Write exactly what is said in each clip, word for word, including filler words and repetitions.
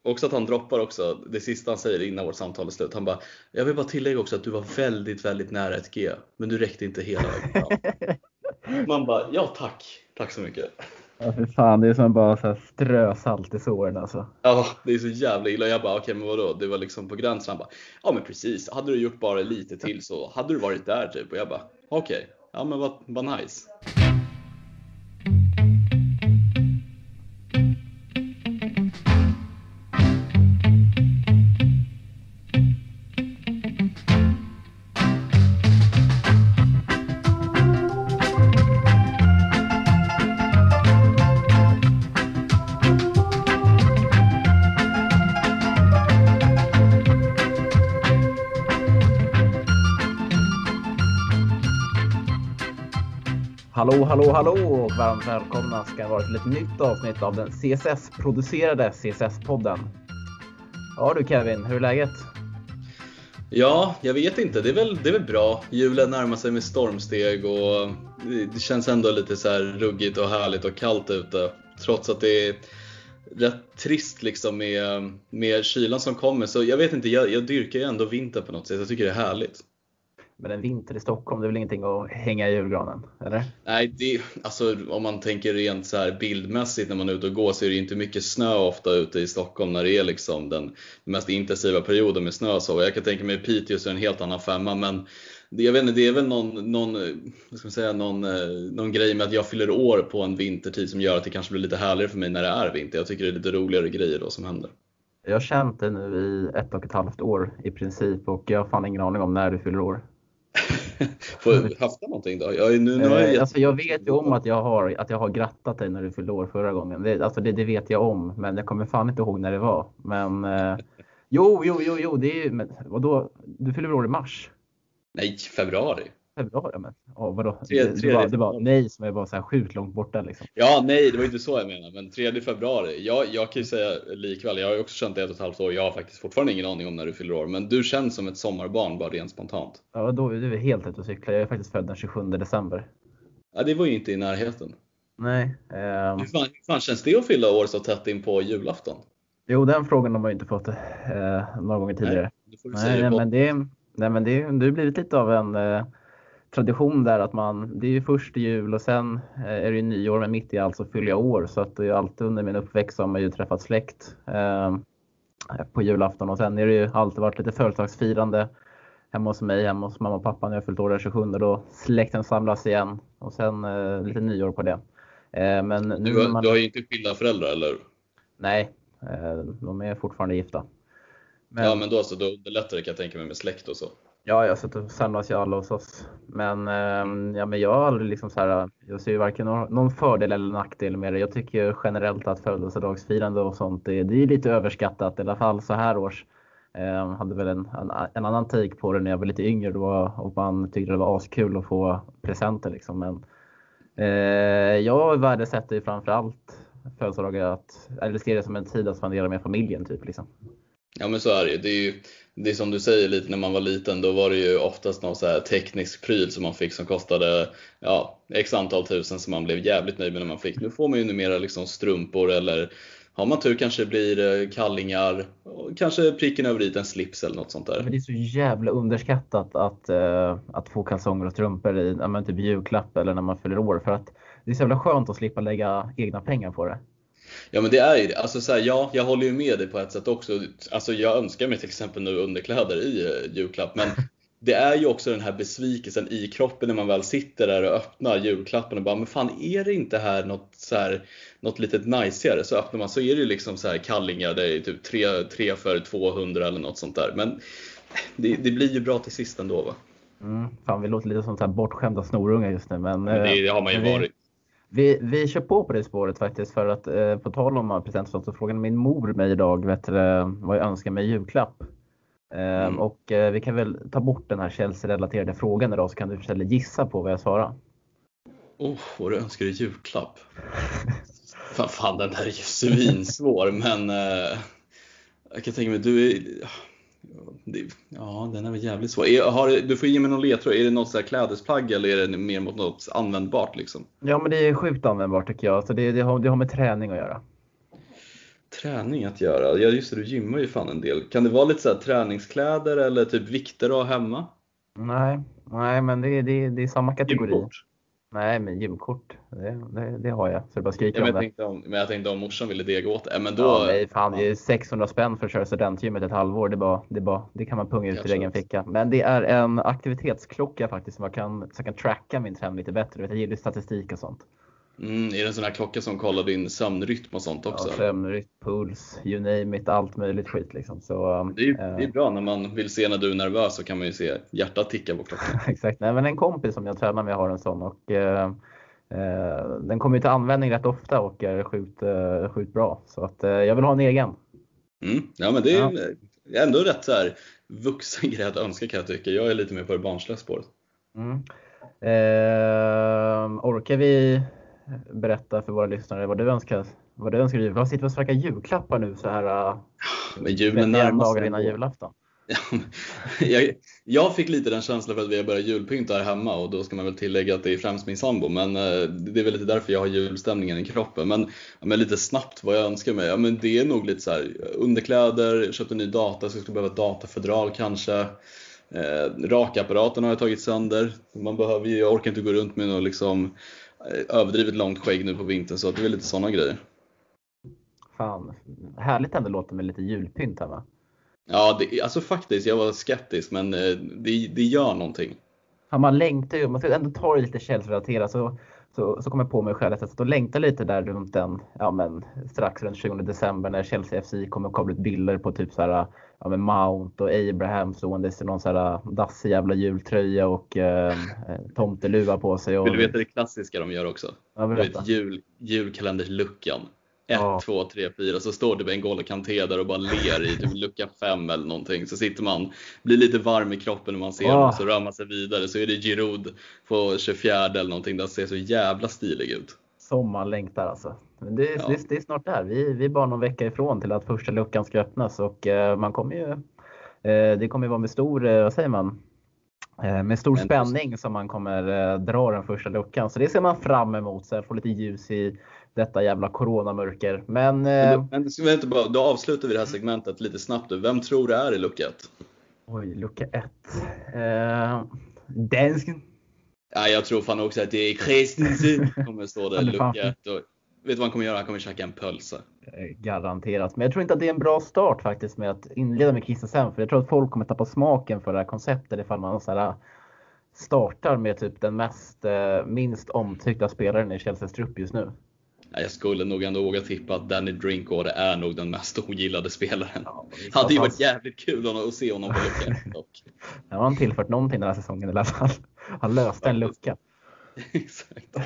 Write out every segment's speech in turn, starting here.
också att han droppar också det sista han säger innan vårt samtal är slut. Han bara, jag vill bara tillägga också att du var väldigt, väldigt nära ett G. Men du räckte inte hela vägen fram. Man bara, ja tack. Tack så mycket. Ja, för fan, det är som bara så här strö salt i såren alltså. Ja, det är så jävla illa. Jag bara, okej, okay, men vadå? Det var liksom på gränsen. Han bara, ja men precis. Hade du gjort bara lite till så hade du varit där typ. Och jag bara, okej. Okay. Ja men vad, vad nice. Hallå, hallå, hallå och varmt välkomna ska det vara till ett nytt avsnitt av den C S S-producerade C S S-podden. Ja du Kevin, hur är läget? Ja, jag vet inte. Det är väl, det är väl bra. Julen närmar sig med stormsteg och det känns ändå lite så här ruggigt och härligt och kallt ute. Trots att det är rätt trist liksom med, med kylan som kommer. Så jag vet inte, jag, jag dyrkar ju ändå vinter på något sätt. Jag tycker det är härligt. Men en vinter i Stockholm, det är väl ingenting att hänga i julgranen, eller? Nej, det, alltså, om man tänker rent så här bildmässigt när man är ute och går så är det inte mycket snö ofta ute i Stockholm när det är liksom den mest intensiva perioden med snö. Så jag kan tänka mig Piteå så är en helt annan femma, men det, jag vet inte, det är väl någon, någon, vad ska man säga, någon, någon grej med att jag fyller år på en vintertid som gör att det kanske blir lite härligare för mig när det är vinter. Jag tycker det är lite roligare grejer då som händer. Jag har känt det nu i ett och ett halvt år i princip och jag har fan ingen aning om när du fyller år. Får jag hafta någonting då? Jag, nu, nu har jag, eh, alltså jag vet ju om att jag har, att jag har grattat dig när du fyllde år förra gången. Det, alltså det, det vet jag om, men jag kommer fan inte ihåg när det var. Men eh, jo, jo, jo, jo, det är ju, men vadå? Du fyller år i mars? Nej, februari. Februari, men ja, vadå? Tre, det, det, var, det var nej som är bara så här sjukt långt borta liksom. Ja, nej, det var inte så jag menar, men tredje februari. Jag, jag kan ju säga likväl, jag har ju också känt det ett och ett halvt år. Jag har faktiskt fortfarande ingen aning om när du fyller år, men du känns som ett sommarbarn bara rent spontant. Ja, då är du helt ute och cykla. Jag är faktiskt född den tjugosjunde december. Ja, det var ju inte i närheten. Nej. Eh... Hur, fan, hur fan känns det att fylla år så tätt in på julafton? Jo, den frågan har man ju inte fått eh, några gånger tidigare. Nej, får nej, nej, men det, nej, men det, det har blivit lite av en eh, tradition där att man, det är ju först jul och sen eh, är det ju nyår, men mitt i allt så fyller jag år. Så att det är alltid under min uppväxt som jag ju träffat släkt eh, på julafton. Och sen är det ju alltid varit lite födelsedagsfirande hemma hos mig, hemma hos mamma och pappa när jag fyllt år den tjugosjunde. Då släkten samlas igen och sen eh, lite nyår på det. Eh, men nu du, har, man... du har ju inte skilda föräldrar, eller? Nej, eh, de är fortfarande gifta. Men... Ja, men då, så, då underlättar det kan jag tänka mig med släkt och så. Ja, jag så att samlas ju alla hos oss. Men, eh, ja, men jag har aldrig liksom så här, jag ser ju varken någon, någon fördel eller nackdel med det. Jag tycker generellt att födelsedagsfirande och sånt, det, det är lite överskattat. I alla fall så här års. Eh, hade väl en, en, en annan take på det när jag var lite yngre då, och man tyckte det var askul att få presenter liksom. Men eh, jag värdesätter ju framförallt födelsedagar att, eller ser det som en tid att spendera med familjen typ liksom. Ja, men så är det ju. Det är ju det är som du säger lite, när man var liten då var det ju oftast någon så här teknisk pryl som man fick som kostade ja, x antal tusen som man blev jävligt nöjd med när man fick. Nu får man ju numera liksom strumpor eller har man tur kanske blir kallingar och kanske pricken över dit en slips eller något sånt där. Men det är så jävla underskattat att, uh, att få kalsonger och strumpor i ja, men typ julklapp eller när man fyller år, för att det är så jävla skönt att slippa lägga egna pengar på det. Ja, men det är ju alltså så här, ja, jag håller ju med dig på ett sätt också. Alltså jag önskar mig till exempel nu underkläder i uh, julklapp, men det är ju också den här besvikelsen i kroppen när man väl sitter där och öppnar julklappen och bara, men fan, är det inte här något så här, något litet najsigare? Så öppnar man så är det ju liksom så här kallingar, det är typ tre, tre för tvåhundra eller något sånt där. Men det, det blir ju bra till sist ändå, va? Mm, fan, vi låter lite som så här bortskämda snorungar just nu, men, men det, det har man ju varit. Vi, vi kör på på det spåret faktiskt, för att eh, på tal om present så frågade min mor mig idag vet du, vad jag önskar mig i julklapp. Eh, mm. Och eh, vi kan väl ta bort den här Chelsea-relaterade frågan idag, så kan du istället gissa på vad jag svarar. Oh, vad du önskar i julklapp? fan, fan, den här är ju svinsvår, men eh, jag kan tänka mig, du är... Det, ja, den är väl jävligt svår. Är, har, du får ge mig någon ledtråd. Är det något så här klädesplagg eller är det mer mot något användbart liksom? Ja, men det är sjukt användbart tycker jag. Så det, det, har, det har med träning att göra. träning att göra? Ja, just det, du gymmar ju fan en del. Kan det vara lite så här träningskläder eller typ vikter att ha hemma? Nej, nej men det, är- det, är- det är samma kategori. Gymkort? Nej, men gymkort, det, det, det har jag. Så det bara Ja, skriker men, om jag det. tänkte om, men jag tänkte om morsan ville dega åt det. Ja, men då, Ja, nej, fan, ja, det är sexhundra spänn för att köra studentgymmet ett halvår. Det, är bara, det, är bara, det kan man punga ut i kanske. egen ficka. Men det är en aktivitetsklocka faktiskt som jag kan, så jag kan tracka min träning lite bättre. Vet, jag gillar statistik och sånt. Mm, är det en sån här klocka som kollar din sömnrytm och sånt också? Ja, sömnrytm, puls, you name it, allt möjligt skit liksom. Så, Det är, eh, det är bra när man vill se när du är nervös, så kan man ju se hjärtat ticka på klockan. exakt. Nej, men en kompis som jag tränar med har en sån och eh, eh, den kommer ju till användning rätt ofta och är sjukt, eh, sjukt bra. Så att eh, jag vill ha en egen. Mm. Ja, men det är Ja. ändå rätt så här vuxen grej att önska, kan jag tycka. Jag är lite mer på det barnsliga spåret. Mm. Eh, orkar vi berätta för våra lyssnare vad du önskar? Vad du önskar julklapp? Jag sitter och snackar julklappar nu så här uh, Men julen trettioen närmar dagar sig innan ändå. julafton. Ja, jag, jag fick lite den känslan för att vi har börjat julpynta här hemma, och då ska man väl tillägga att det är främst min sambo, men eh, det är väl lite därför jag har julstämningen i kroppen. Men, ja, men lite snabbt vad jag önskar mig, ja, men det är nog lite så här underkläder, köpte en ny data så jag skulle behöva ett datafördrag kanske. Eh, rakapparaten har jag tagit sönder. Man behöver ju, jag orkar inte gå runt med något liksom eh, överdrivet långt skägg nu på vintern, så att det är lite sådana grejer. Fan, härligt ändå låter med lite julpynt här va? Ja, det, alltså faktiskt, jag var skeptisk, men eh, det, det gör någonting. Ja, man längtar ju, man ska ändå ta det lite källsrelaterat så, så, så kommer jag på mig själv att jag längtar lite där runt den, ja men strax runt tjugonde december när Chelsea F C kommer kabla ut bilder på typ så här, ja men Mount och Abraham ståendes i någon så här dassig jävla jultröja och eh, tomteluva på sig. Och... Vill du veta det klassiska de gör också? Ja, du vet, jul, julkalendersluckan. ett, Ja. två, tre, fyra. Så står det med en N'Golo Kanté där och bara ler i typ lucka fem eller någonting. Så sitter man, blir lite varm i kroppen när man ser Ja. dem, så rör man sig vidare. Så är det Giroud på tjugofjärde eller någonting. Där ser så jävla stilig ut. Som man längtar alltså. Men det, Ja. det, det är snart där. Vi, vi är bara någon vecka ifrån till att första luckan ska öppnas. Och eh, man kommer ju, eh, det kommer ju vara med stor, eh, vad säger man? Eh, med stor Men- spänning som man kommer eh, dra den första luckan. Så det ser man fram emot. Så jag får lite ljus i detta jävla coronamörker. Men, Men, eh, då, men ska vi inte bara, då avslutar vi det här segmentet lite snabbt. Vem tror du är i lucka ett? oj, lucka ett. Eh, dansken. Ja, jag tror fan också att det är Christensen kommer stå där i Ja, det fan. lucka ett. Och, vet du vad han kommer göra? Han kommer käka en pölse. Eh, Garanterat. Men jag tror inte att det är en bra start faktiskt med att inleda med Christensen. För jag tror att folk kommer tappa smaken för det här konceptet ifall man så här, startar med typ den mest, eh, minst omtyckta spelaren i Chelseas trupp just nu. Ja, jag skulle nog ändå våga tippa att Danny Drinkwater är nog den mest ogillade spelaren. Ja, Det hade ju han- varit jävligt kul att se honom på luckan dock. Han har tillfört någonting den här säsongen i alla fall. Han löste en lucka. Exakt.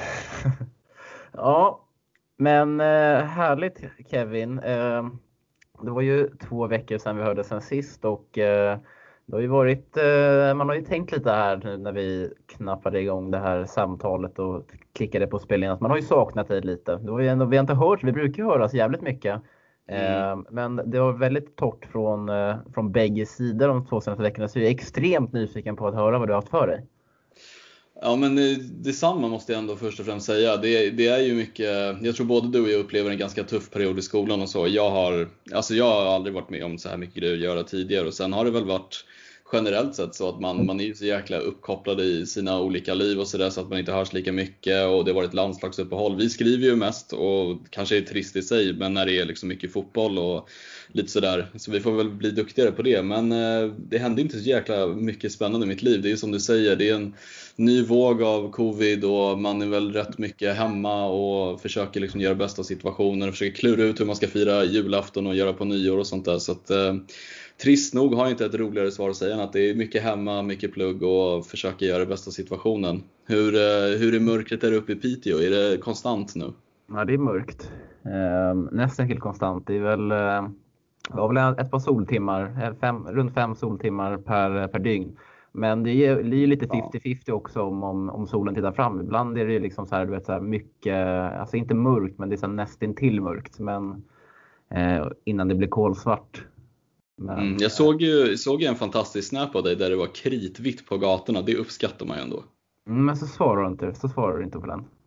Ja, men eh, härligt Kevin. Eh, det var ju två veckor sedan vi hörde sen sist och eh, det har ju varit, eh, man har ju tänkt lite här nu när vi knappade igång det här samtalet och klickade på spelningen att man har ju saknat det lite. Det var ju ändå, vi har inte hört, vi brukar ju höras jävligt mycket. Mm. Eh, men det var väldigt torrt från, eh, från bägge sidor de två senaste veckorna, så jag är extremt nyfiken på att höra vad du har haft för dig. Ja, men eh, detsamma måste jag ändå först och främst säga. Det, det är ju mycket, jag tror både du och jag upplever en ganska tuff period i skolan och så. Jag har, alltså jag har aldrig varit med om så här mycket grejer att göra tidigare, och sen har det väl varit generellt sett så att man, man är ju så jäkla uppkopplad i sina olika liv och sådär, så att man inte hörs lika mycket, och det har varit landslagsuppehåll. Vi skriver ju mest och kanske är trist i sig, men när det är liksom mycket fotboll och lite sådär, så vi får väl bli duktigare på det. Men eh, det händer inte så jäkla mycket spännande i mitt liv. Det är ju som du säger, det är en ny våg av covid och man är väl rätt mycket hemma och försöker liksom göra bästa av situationen och försöker klura ut hur man ska fira julafton och göra på nyår och sånt där. Så att eh, trist nog har jag inte ett roligare svar att säga än att det är mycket hemma, mycket plugg och försöka göra det bästa av situationen. Hur, eh, hur är mörkret där uppe i Piteå? Är det konstant nu? Ja, det är mörkt. Eh, nästan helt konstant. Det är väl, eh, det var väl ett par soltimmar, eh, fem, runt fem soltimmar per, per dygn. Men det är ju lite femtio femtio också om, om, om solen tittar fram. Ibland är det liksom så här, du vet, så här mycket, alltså inte mörkt, men det är så nästan till mörkt. Men eh, innan det blir kolsvart. Men, Mm, jag såg ju såg ju en fantastisk snap av dig där det var kritvitt på gatorna. Det uppskattar man ju ändå. Men så svarar du inte, så svarar du inte på den.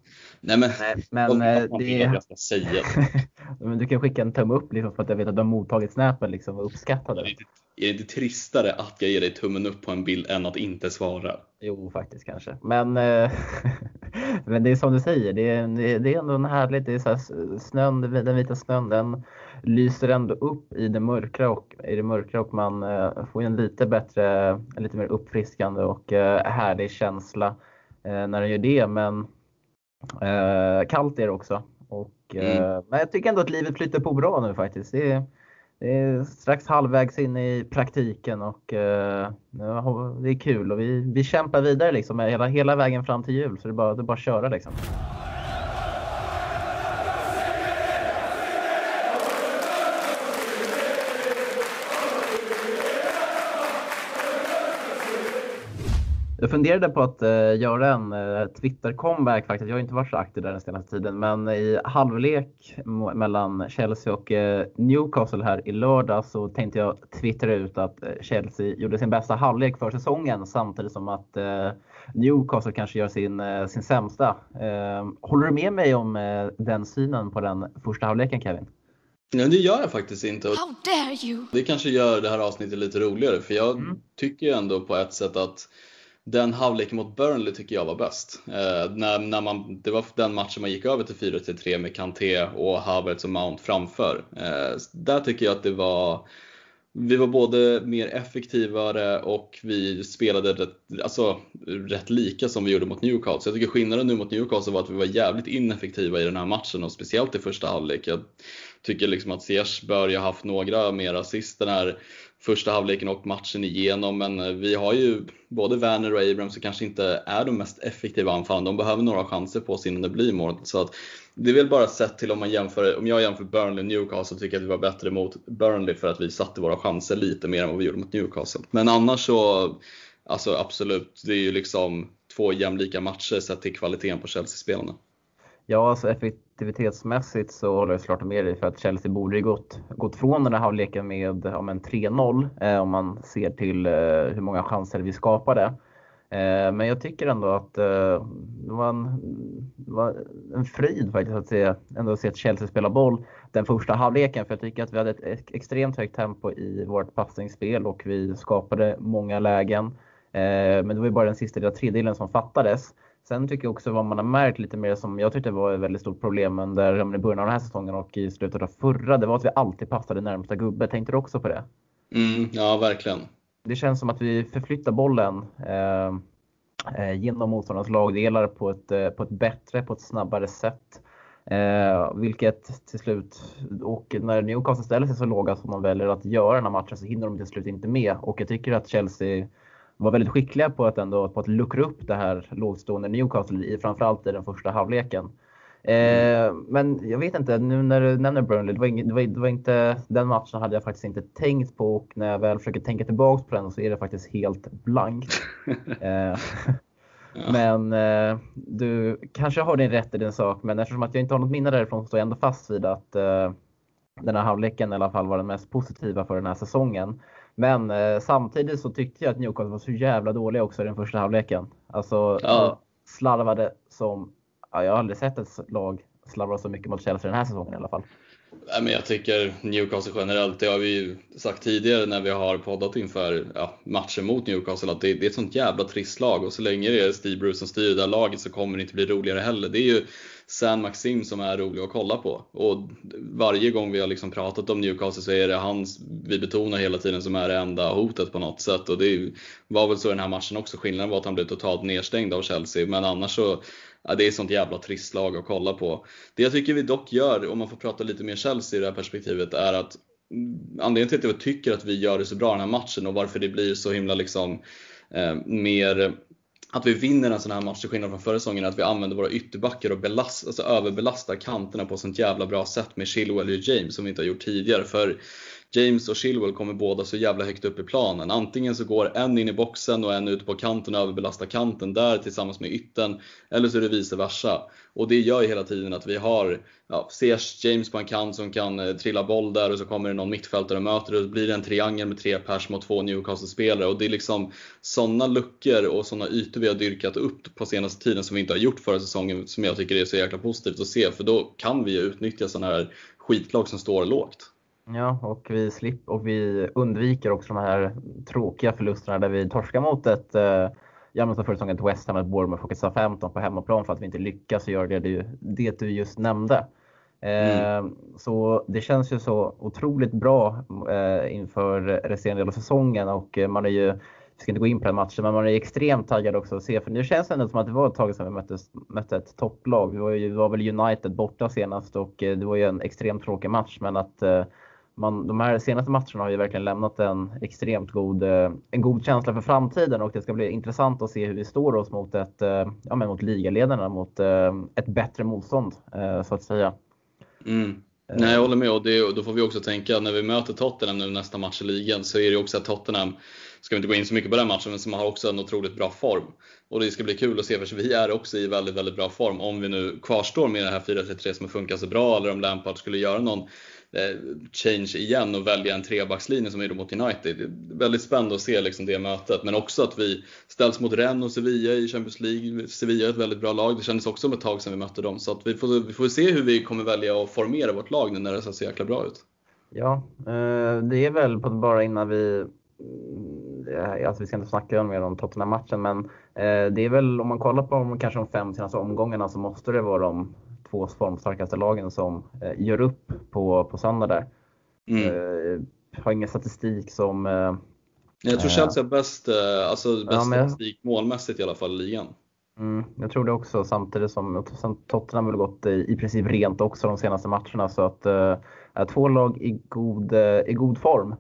Nej men, Nej, men de eh, man det vill att jag ska säga. men du kan skicka en tumme upp liksom, för att jag vet att de har mottagit snappen liksom, och uppskattat Är det. det, inte, är det inte tristare att jag ger dig tummen upp på en bild än att inte svara? Jo, faktiskt kanske. Men, eh, men det är som du säger, det är, det är det är ändå en härligt. Det är så här, snön, den vita snön, den lyser ändå upp i det mörkra och, i det mörkra och man eh, får en lite bättre, en lite mer uppfriskande och eh, härlig känsla eh, när den gör det. Men eh, kallt är det också. Och, Mm. eh, men jag tycker ändå att livet flyter på bra nu faktiskt. Det är, det är strax halvvägs in i praktiken och eh, ja, det är kul och vi, vi kämpar vidare liksom hela, hela vägen fram till jul, så det är bara, det är bara att köra liksom. Jag funderade på att uh, göra en uh, Twitter-comeback faktiskt. Jag har inte varit så aktiv där den senaste tiden. Men i halvlek m- mellan Chelsea och uh, Newcastle här i lördag så tänkte jag twittra ut att uh, Chelsea gjorde sin bästa halvlek för säsongen. Samtidigt som att uh, Newcastle kanske gör sin, uh, sin sämsta. Uh, håller du med mig om uh, den synen på den första halvleken, Kevin? Nej, det gör jag faktiskt inte. How dare you? Det kanske gör det här avsnittet lite roligare. För jag Mm. tycker ju ändå på ett sätt att den halvleken mot Burnley tycker jag var bäst. Eh, när, när man, det var den matchen man gick över till fyra till tre med Kanté och Havertz och Mount framför. Eh, där tycker jag att det var... Vi var både mer effektivare och vi spelade rätt, alltså, rätt lika som vi gjorde mot Newcastle. Jag tycker skillnaden nu mot Newcastle var att vi var jävligt ineffektiva i den här matchen och speciellt i första halvlek. Jag tycker liksom att Ziyech bör ju ha haft några mer assist den här första halvleken och matchen igenom. Men vi har ju både Werner och Abraham som kanske inte är de mest effektiva anfallen. De behöver några chanser på sig innan det blir mål. Så att det är väl bara sett till om man jämför, om jag jämför Burnley och Newcastle så tycker jag att vi var bättre mot Burnley för att vi satte våra chanser lite mer än vad vi gjorde mot Newcastle. Men annars så, alltså absolut, det är ju liksom två jämlika matcher sett till kvaliteten på Chelsea-spelarna. Ja, alltså effektivitetsmässigt så håller jag såklart med dig, för att Chelsea borde ju gått, gått från den här halvleken med om en tre noll eh, om man ser till eh, hur många chanser vi skapade. Eh, men jag tycker ändå att eh, det, var en, det var en fryd faktiskt att se, ändå se att Chelsea spela boll den första halvleken, för jag tycker att vi hade ett extremt högt tempo i vårt passningsspel och vi skapade många lägen. Eh, men det var ju bara den sista lilla tredjedelen som fattades. Sen tycker jag också vad man har märkt lite mer som jag tyckte var ett väldigt stort problem under i början av den här säsongen och i slutet av förra, det var att vi alltid passade närmsta gubbe. Tänkte du också på det? Mm, ja, verkligen. Det känns som att vi förflyttar bollen eh, eh, genom motståndarnas lagdelar på ett, eh, på ett bättre, på ett snabbare sätt. Eh, vilket till slut, och när Newcastle ställer sig så låga som de väljer att göra den här matchen så hinner de till slut inte med. Och jag tycker att Chelsea var väldigt skickliga på att ändå på att luckra upp det här lågstående Newcastle i, framförallt i den första halvleken. Eh, men jag vet inte, nu när du nämner Burnley, det var, ing, det, var, det var inte den matchen hade jag faktiskt inte tänkt på, och när jag väl försöker tänka tillbaka på den så är det faktiskt helt blankt. eh, ja. Men eh, du kanske har din rätt i din sak, men eftersom att jag inte har något minne därifrån så står jag ändå fast vid att eh, den här halvleken i alla fall var den mest positiva för den här säsongen. Men eh, samtidigt så tyckte jag att Newcastle var så jävla dåliga också i den första halvleken. Alltså Ja. slarvade som, ja, jag har aldrig sett ett lag slarva så mycket mot Chelsea den här säsongen i alla fall. Nej, men jag tycker Newcastle generellt, det har vi ju sagt tidigare när vi har poddat inför ja, matchen mot Newcastle, att det, det är ett sånt jävla trist lag, och så länge det är Steve Bruce som styr det där laget så kommer det inte bli roligare heller. Det är ju Saint Maxim som är rolig att kolla på, och varje gång vi har liksom pratat om Newcastle så är det han vi betonar hela tiden som är det enda hotet på något sätt, och det var väl så i den här matchen också. Skillnaden var att han blev totalt nedstängd av Chelsea, men annars så ja, det är ett sånt jävla trist lag att kolla på. Det jag tycker vi dock gör, om man får prata lite mer Chelsea i det här perspektivet, är att anledningen till att jag tycker att vi gör det så bra den här matchen och varför det blir så himla liksom eh, mer att vi vinner en sån här match till skillnad från förra säsongen, att vi använder våra ytterbackar och belast, alltså överbelastar kanterna på sånt jävla bra sätt med Chilwell och James som vi inte har gjort tidigare. För James och Chilwell kommer båda så jävla högt upp i planen. Antingen så går en in i boxen och en ute på kanten och överbelastar kanten där tillsammans med ytten, eller så är det vice versa. Och det gör ju hela tiden att vi har, ja, ses James på en kant som kan eh, trilla boll där, och så kommer det någon mittfältare och möter, och då blir det en triangel med tre pers mot två Newcastle-spelare. Och det är liksom sådana luckor och sådana ytor vi har dyrkat upp på senaste tiden som vi inte har gjort förra säsongen, som jag tycker är så jäkla positivt att se. För då kan vi ju utnyttja sådana här skitlag som står lågt. Ja, och vi slipper och vi undviker också de här tråkiga förlusterna där vi torskar mot ett eh, ja, men så förra säsongen till West Ham, ett Bournemouth och ett Southampton på hemmaplan för att vi inte lyckas göra det du, det du just nämnde. Eh, mm. Så det känns ju så otroligt bra eh, inför resterande del av säsongen, och eh, man är ju, vi ska inte gå in på den matchen, men man är extremt taggad också att se, för nu känns det ändå som att det var ett tag sedan vi mötte, mötte ett topplag. Vi var, ju, vi var väl United borta senast, och eh, det var ju en extremt tråkig match, men att eh, Man, de här senaste matcherna har ju verkligen lämnat en extremt god, en god känsla för framtiden, och det ska bli intressant att se hur vi står oss mot ett, ja, men mot ligaledarna, mot ett bättre motstånd så att säga. Mm. Nej, jag håller med, och det, då får vi också tänka när vi möter Tottenham nu nästa match i ligan, så är det också att Tottenham, ska vi inte gå in så mycket på den matchen, men som har också en otroligt bra form. Och det ska bli kul att se, för vi är också i väldigt, väldigt bra form. Om vi nu kvarstår med det här fyra tre tre som funkar så bra, eller om Lampard skulle göra någon eh, change igen och välja en trebackslinje som är då mot United. Det är väldigt spännande att se liksom det mötet. Men också att vi ställs mot Rennes och Sevilla i Champions League. Sevilla är ett väldigt bra lag. Det kändes också om ett tag sedan vi mötte dem. Så att vi, får, vi får se hur vi kommer välja att formera vårt lag nu när det ser så jäkla bra ut. Ja, det är väl på bara innan vi... Alltså vi ska inte snacka mer om Tottenham-matchen, men eh, det är väl, om man kollar på de, kanske de fem senaste omgångarna, så måste det vara de två formstarkaste lagen som eh, gör upp på, på söndag där. Mm. Eh, har ingen statistik som... Eh, jag tror Chelsea har bäst, eh, alltså bäst ja, men... statistik målmässigt i alla fall i ligan. Mm, jag tror det också, samtidigt som, som Tottenham har gått i, i princip rent också de senaste matcherna, så att eh, två lag i god, eh, i god form.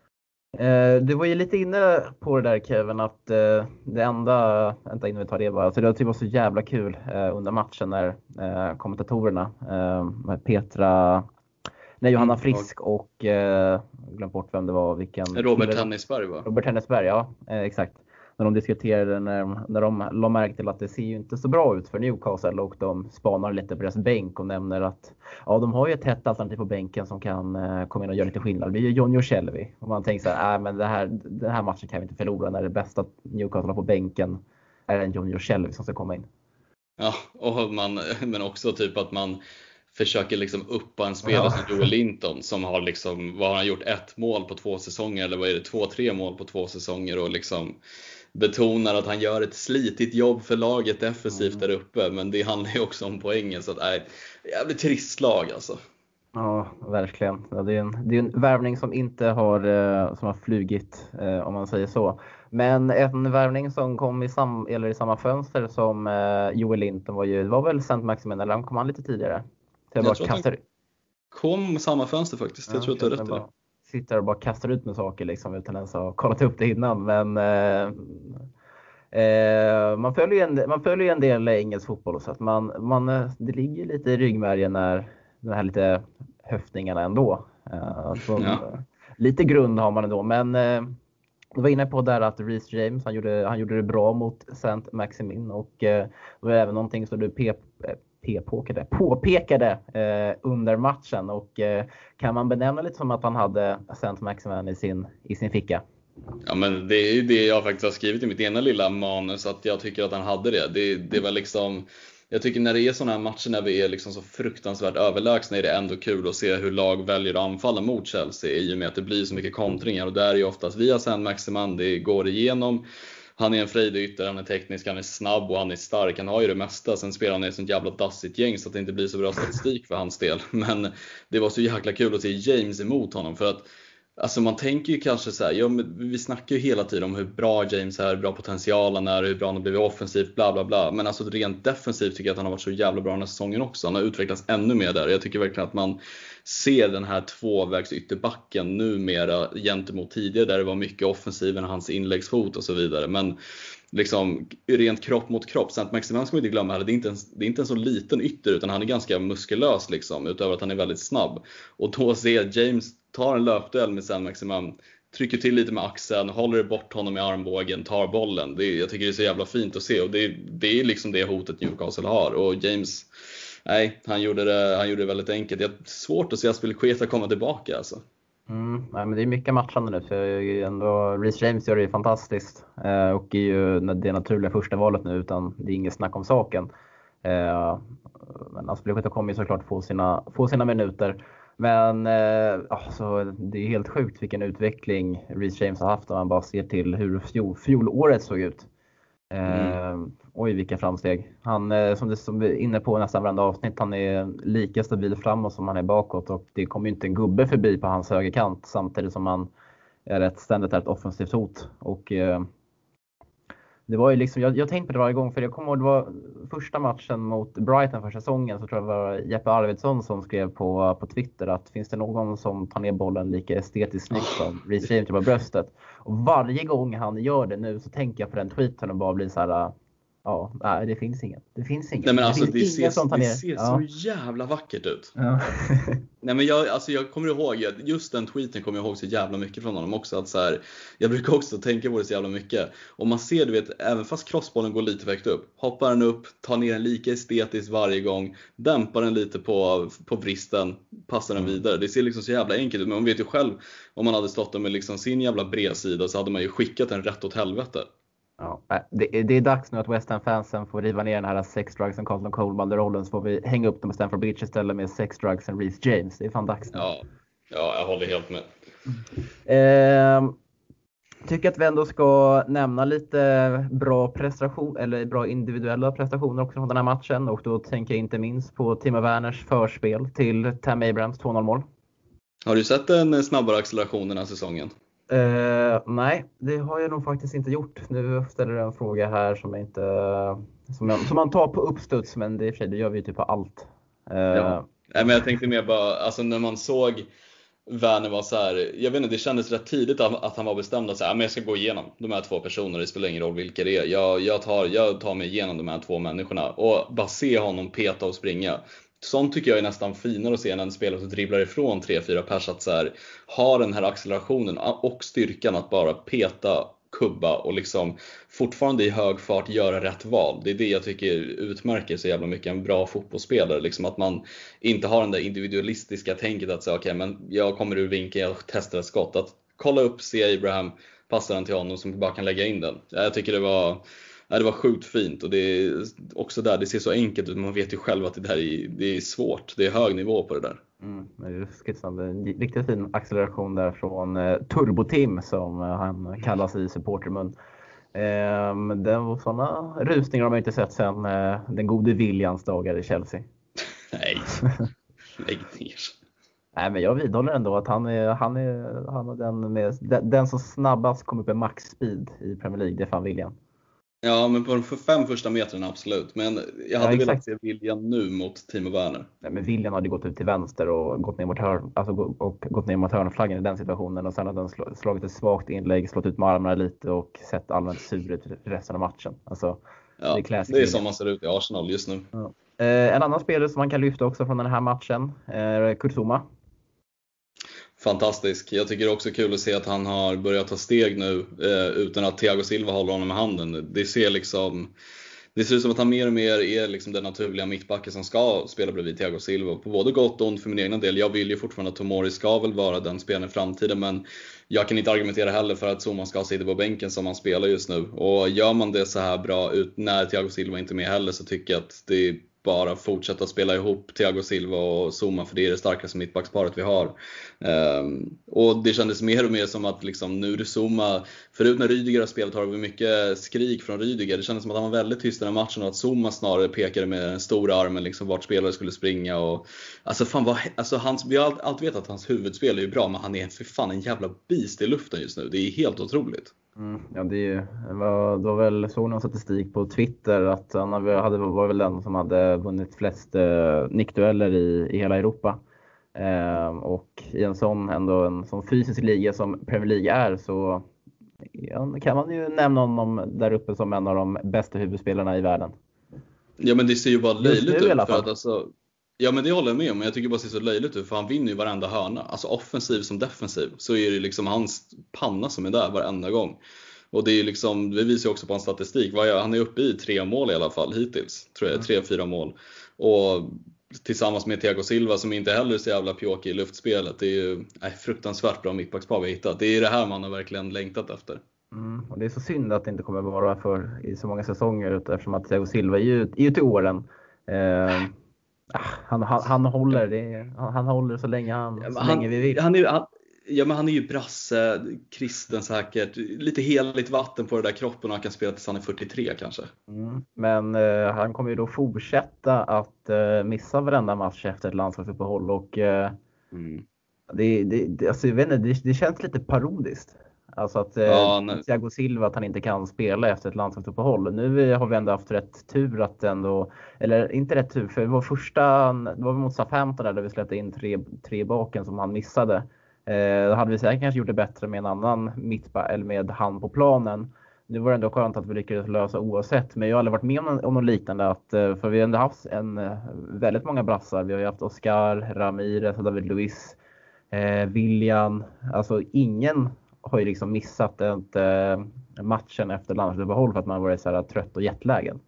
Eh, du var ju lite inne på det där, Kevin, att eh, det enda, vänta innan vi tar det bara, alltså det var så jävla kul eh, under matchen när eh, kommentatorerna, eh, Petra, nej Johanna Frisk och eh, glöm bort vem det var, vilken Robert Tennisberg va? Robert Tennisberg, ja, eh, exakt. När de diskuterade, när, när de la märke till att det ser ju inte så bra ut för Newcastle, och de spanar lite på deras bänk och nämner att ja, de har ju ett hett alternativ på bänken som kan eh, komma in och göra lite skillnad. Det är ju Jonny Shelby. Och man tänker så här, äh, men det här, den här matchen kan vi inte förlora när det bästa Newcastle har på bänken är en Jonny Shelby som ska komma in. Ja, och man, men också typ att man försöker liksom uppa en spelare ja. som Joel Linton, som har liksom, vad har han gjort, ett mål på två säsonger, eller vad är det, två, tre mål på två säsonger, och liksom betonar att han gör ett slitigt jobb för laget defensivt mm. där uppe, men det handlar ju också om poängen, så att nej, jävligt trist lag alltså. Ja, verkligen. Ja, det är en, det är en värvning som inte har, som har flugit, om man säger så. Men en värvning som kom i, sam, eller i samma fönster som Joel Linton var ju, var väl Saint Maximin, eller han kom han lite tidigare? Så jag, jag bara tror kastar... att han kom i samma fönster faktiskt, jag ja, tror att du har rätt i det. Sitter och bara kastar ut med saker liksom, utan ens ha kollat upp det innan. Men eh, eh, man följer ju en, man följer en del engelsk fotboll, så att man, man, det ligger lite i ryggmärgen när de här lite höftningarna ändå. Eh, så, ja. Lite grund har man ändå. Men eh, jag var inne på där att Reece James, han gjorde, han gjorde det bra mot Saint Maximin, och eh, det var även någonting som du pep Påpekade, påpekade eh, under matchen, och eh, kan man benämna lite som att han hade Saint Maximin i sin, i sin ficka? Ja, men det är ju det jag faktiskt har skrivit i mitt ena lilla manus, att jag tycker att han hade det. Det, det var liksom, jag tycker när det är sådana här matcher när vi är liksom så fruktansvärt överlägsna, är det ändå kul att se hur lag väljer att anfalla mot Chelsea, i och med att det blir så mycket kontringar, och där är ju oftast via Saint Maximin det går igenom. Han är en frejdig ytter, han är teknisk, han är snabb och han är stark. Han har ju det mesta. Sen spelar han i ett sånt jävla dassigt gäng så att det inte blir så bra statistik för hans del. Men det var så jäkla kul att se James emot honom. För att alltså man tänker ju kanske så här, ja, men vi snackar ju hela tiden om hur bra James är, hur bra potentialen är, hur bra han har blivit offensivt, bla bla bla. Men alltså rent defensivt tycker jag att han har varit så jävla bra den här säsongen också. Han har utvecklats ännu mer där. Jag tycker verkligen att man ser den här tvåvägs ytterbacken numera gentemot tidigare där det var mycket offensiven, hans inläggsfot och så vidare. Men liksom rent kropp mot kropp, Saint-Maximin ska vi inte glömma heller, det är inte en, det är inte en så liten ytter utan han är ganska muskulös liksom, utöver att han är väldigt snabb. Och då ser James tar en löpduell med Saint-Maximin, trycker till lite med axeln, håller bort honom i armbågen, tar bollen. Det är, jag tycker det är så jävla fint att se, och det, det är liksom det hotet Newcastle har. Och James, nej, han gjorde det, han gjorde det väldigt enkelt. Det är svårt att se Azpilicueta komma tillbaka alltså. Mm, nej, men det är mycket matchande nu, för ändå Reece James gör det ju fantastiskt eh, och är ju det naturliga första valet nu, utan det är inget snack om saken. Eh, men Azpilicueta kommer ju såklart få sina, få sina minuter. Men eh, alltså, det är helt sjukt vilken utveckling Reece James har haft om man bara ser till hur fjol, fjolåret såg ut. Eh, mm. Oj, vilka framsteg. Han, eh, som, det, som vi är inne på nästan varenda avsnitt, han är lika stabil framåt som han är bakåt. Och det kommer ju inte en gubbe förbi på hans högerkant, samtidigt som han är ett ständigt är ett offensivt hot. Och eh, det var ju liksom, jag, jag tänkte på det varje gång, för jag kommer ihåg det var första matchen mot Brighton för säsongen, så tror jag det var Jeppe Arvidsson som skrev på, på Twitter att finns det någon som tar ner bollen lika estetiskt snyggt som Reece James på bröstet. Och varje gång han gör det nu så tänker jag på den tweeten och bara blir så här: ja, nej, det finns ingen. Det finns ingen. Nej, men alltså, det, det ser, det ser ja. så jävla vackert ut. Ja. Nej, men jag, alltså, jag kommer ihåg, just den tweeten kommer jag ihåg så jävla mycket från honom också. Att så här, jag brukar också tänka på det så jävla mycket. Och man ser, du vet, även fast crossbollen går lite högt upp, hoppar den upp, tar ner den lika estetiskt varje gång, dämpar den lite på, på vristen, passar den vidare. Det ser liksom så jävla enkelt ut. Men man vet ju själv, om man hade stått där med liksom sin jävla bredsida, så hade man ju skickat den rätt åt helvete. Ja, det, det är dags nu att West Ham-fansen får riva ner den här sex drugs and Carlton Cole-banderollen, så får vi hänga upp dem på Stamford Bridge istället med sex drugs and Reece James. Det är fan dags nu. Ja, ja, jag håller helt med. Eh, tycker att vi ändå ska nämna lite bra prestation, eller bra individuella prestationer också från den här matchen. Och då tänker jag inte minst på Timo Werners förspel till Tam Abrahams två noll mål. Har du sett en snabbare acceleration den här säsongen? Uh, nej, det har jag nog faktiskt inte gjort. Nu ställer jag en fråga här som jag inte som, jag, som man tar på uppstuds, men det, det gör vi ju typ på allt. Uh, ja. Nej, men jag tänkte mer bara, alltså när man såg Werner var så här, jag vet inte, det kändes rätt tidigt att, att han var bestämd att säga, men jag ska gå igenom de här två personerna, det spelar ingen roll vilka det är. Jag, jag, tar, jag tar mig igenom de här två människorna och bara se honom peta och springa. Sånt tycker jag är nästan finare att se än en spelare som dribblar ifrån tre fyra pers, att så här, ha den här accelerationen och styrkan att bara peta, kubba och liksom fortfarande i hög fart göra rätt val. Det är det jag tycker utmärker så jävla mycket en bra fotbollsspelare, liksom att man inte har den där individualistiska tänket att säga okej, okay, men jag kommer ur vinkeln, jag testar ett skott, att kolla upp, se Abraham, passa den till honom som bara kan lägga in den. Jag tycker det var Ja, det var sjukt fint, och det är också där, det ser så enkelt ut, man vet ju själv att det där är, det är svårt, det är hög nivå på det där. Mm, det är en riktigt fin acceleration där från eh, Turbo Tim, som eh, han kallas i supportermun. Eh, det var sådana rusningar har man inte sett sedan eh, den gode Williams dagar i Chelsea. Nej, lägg ner. Nej, men jag vidhåller ändå att han är, han är, han är den, med, den, den som snabbast kommer upp i max speed i Premier League, det är fan William. Ja, men på de fem första metrarna absolut. Men jag hade ja, velat se William nu mot Timo Werner. Nej, men William hade gått ut till vänster och gått ner mot hörn, alltså och gått ner mot hörnflaggen i den situationen, och sen hade han slagit ett svagt inlägg, slått ut med armarna lite och sett allmänt sur ut resten av matchen. Alltså, ja, det är, det är som man ser ut i Arsenal just nu. Ja. Eh, en annan spelare som man kan lyfta också från den här matchen är Kurt Zouma. Fantastisk. Jag tycker det är också kul att se att han har börjat ta steg nu eh, utan att Thiago Silva håller honom med handen. Det ser liksom det ser ut som att han mer och mer är liksom den naturliga mittbacken som ska spela bredvid Thiago Silva. På både gott och ont för min egen del. Jag vill ju fortfarande att Tomori ska väl vara den spelaren i framtiden, men jag kan inte argumentera heller för att Zouma ska sitta på bänken som han spelar just nu. Och gör man det så här bra ut när Thiago Silva inte är med heller, så tycker jag att det är bara fortsätta spela ihop Thiago Silva och Zouma, för det är det starkaste mittbacksparet vi har. Um, och det kändes mer och mer som att liksom, nu är det Zouma. Förut när Rüdiger har spelat har vi mycket skrik från Rüdiger. Det kändes som att han var väldigt tyst i den matchen, och att Zouma snarare pekade med den stora armen liksom, vart spelare skulle springa. Och, alltså, fan, vad, alltså, hans, vi har alltid, alltid vetat att hans huvudspel är ju bra, men han är för fan en jävla beast i luften just nu. Det är helt otroligt. Mm, ja, det är ju, var, då väl såg någon statistik på Twitter att han hade, var väl den som hade vunnit flest eh, nickdueller i, i hela Europa. Eh, och i en sån, ändå en sån fysisk liga som Premier League är, så ja, kan man ju nämna honom där uppe som en av de bästa huvudspelarna i världen. Ja, men det ser ju bara löjligt Just nu, ut i alla för fall. att alltså, ja, men det håller jag med om, men jag tycker bara det ser så löjligt ut för han vinner ju varenda hörna. Alltså offensiv som defensiv så är det liksom hans panna som är där varenda gång. Och det är ju liksom, det visar ju också på en statistik. Vad är, han är uppe i tre mål i alla fall hittills, tror jag, Mm. tre, fyra mål. Och tillsammans med Thiago Silva som inte heller är så jävla pjåkig i luftspelet. Det är ju nej, fruktansvärt bra mittbackspar vi har hittat. Det är det här man har verkligen längtat efter. Mm, och det är så synd att det inte kommer vara för i så många säsonger, eftersom att Thiago Silva är ju, är ju till åren. Eh, han, han, han håller det, han, han håller så länge han, Ja, så han, länge vi vill. Han är, han, ja, men han är ju brasse, kristen säkert. Lite heligt vatten på det där kroppen och han kan spela tills han är fyrtiotre kanske. Mm, men eh, han kommer ju då fortsätta att eh, missa varenda match efter ett landslagsuppehåll, och eh, Mm. det, det, det, alltså, jag vet inte, det, det känns lite parodiskt. Alltså att eh, Ja, nej. Thiago Silva, att han inte kan spela efter ett landslagsuppehåll. Nu har vi ändå haft rätt tur att ändå, eller inte rätt tur, för vår första, det var mot Southampton där, där vi släppte in tre, tre baken som han missade. Eh, då hade vi säkert kanske gjort det bättre med en annan mittback eller med han på planen. Nu var det ändå skönt att vi lyckades lösa oavsett, men jag har aldrig varit med om, om något liknande. Att, för vi har ändå haft en, väldigt många brassar. Vi har ju haft Oscar, Ramirez, David Luiz, eh, William. Alltså ingen har ju liksom missat ett, eh, matchen efter landslagsuppehåll för att man varit så här trött och jetlagen.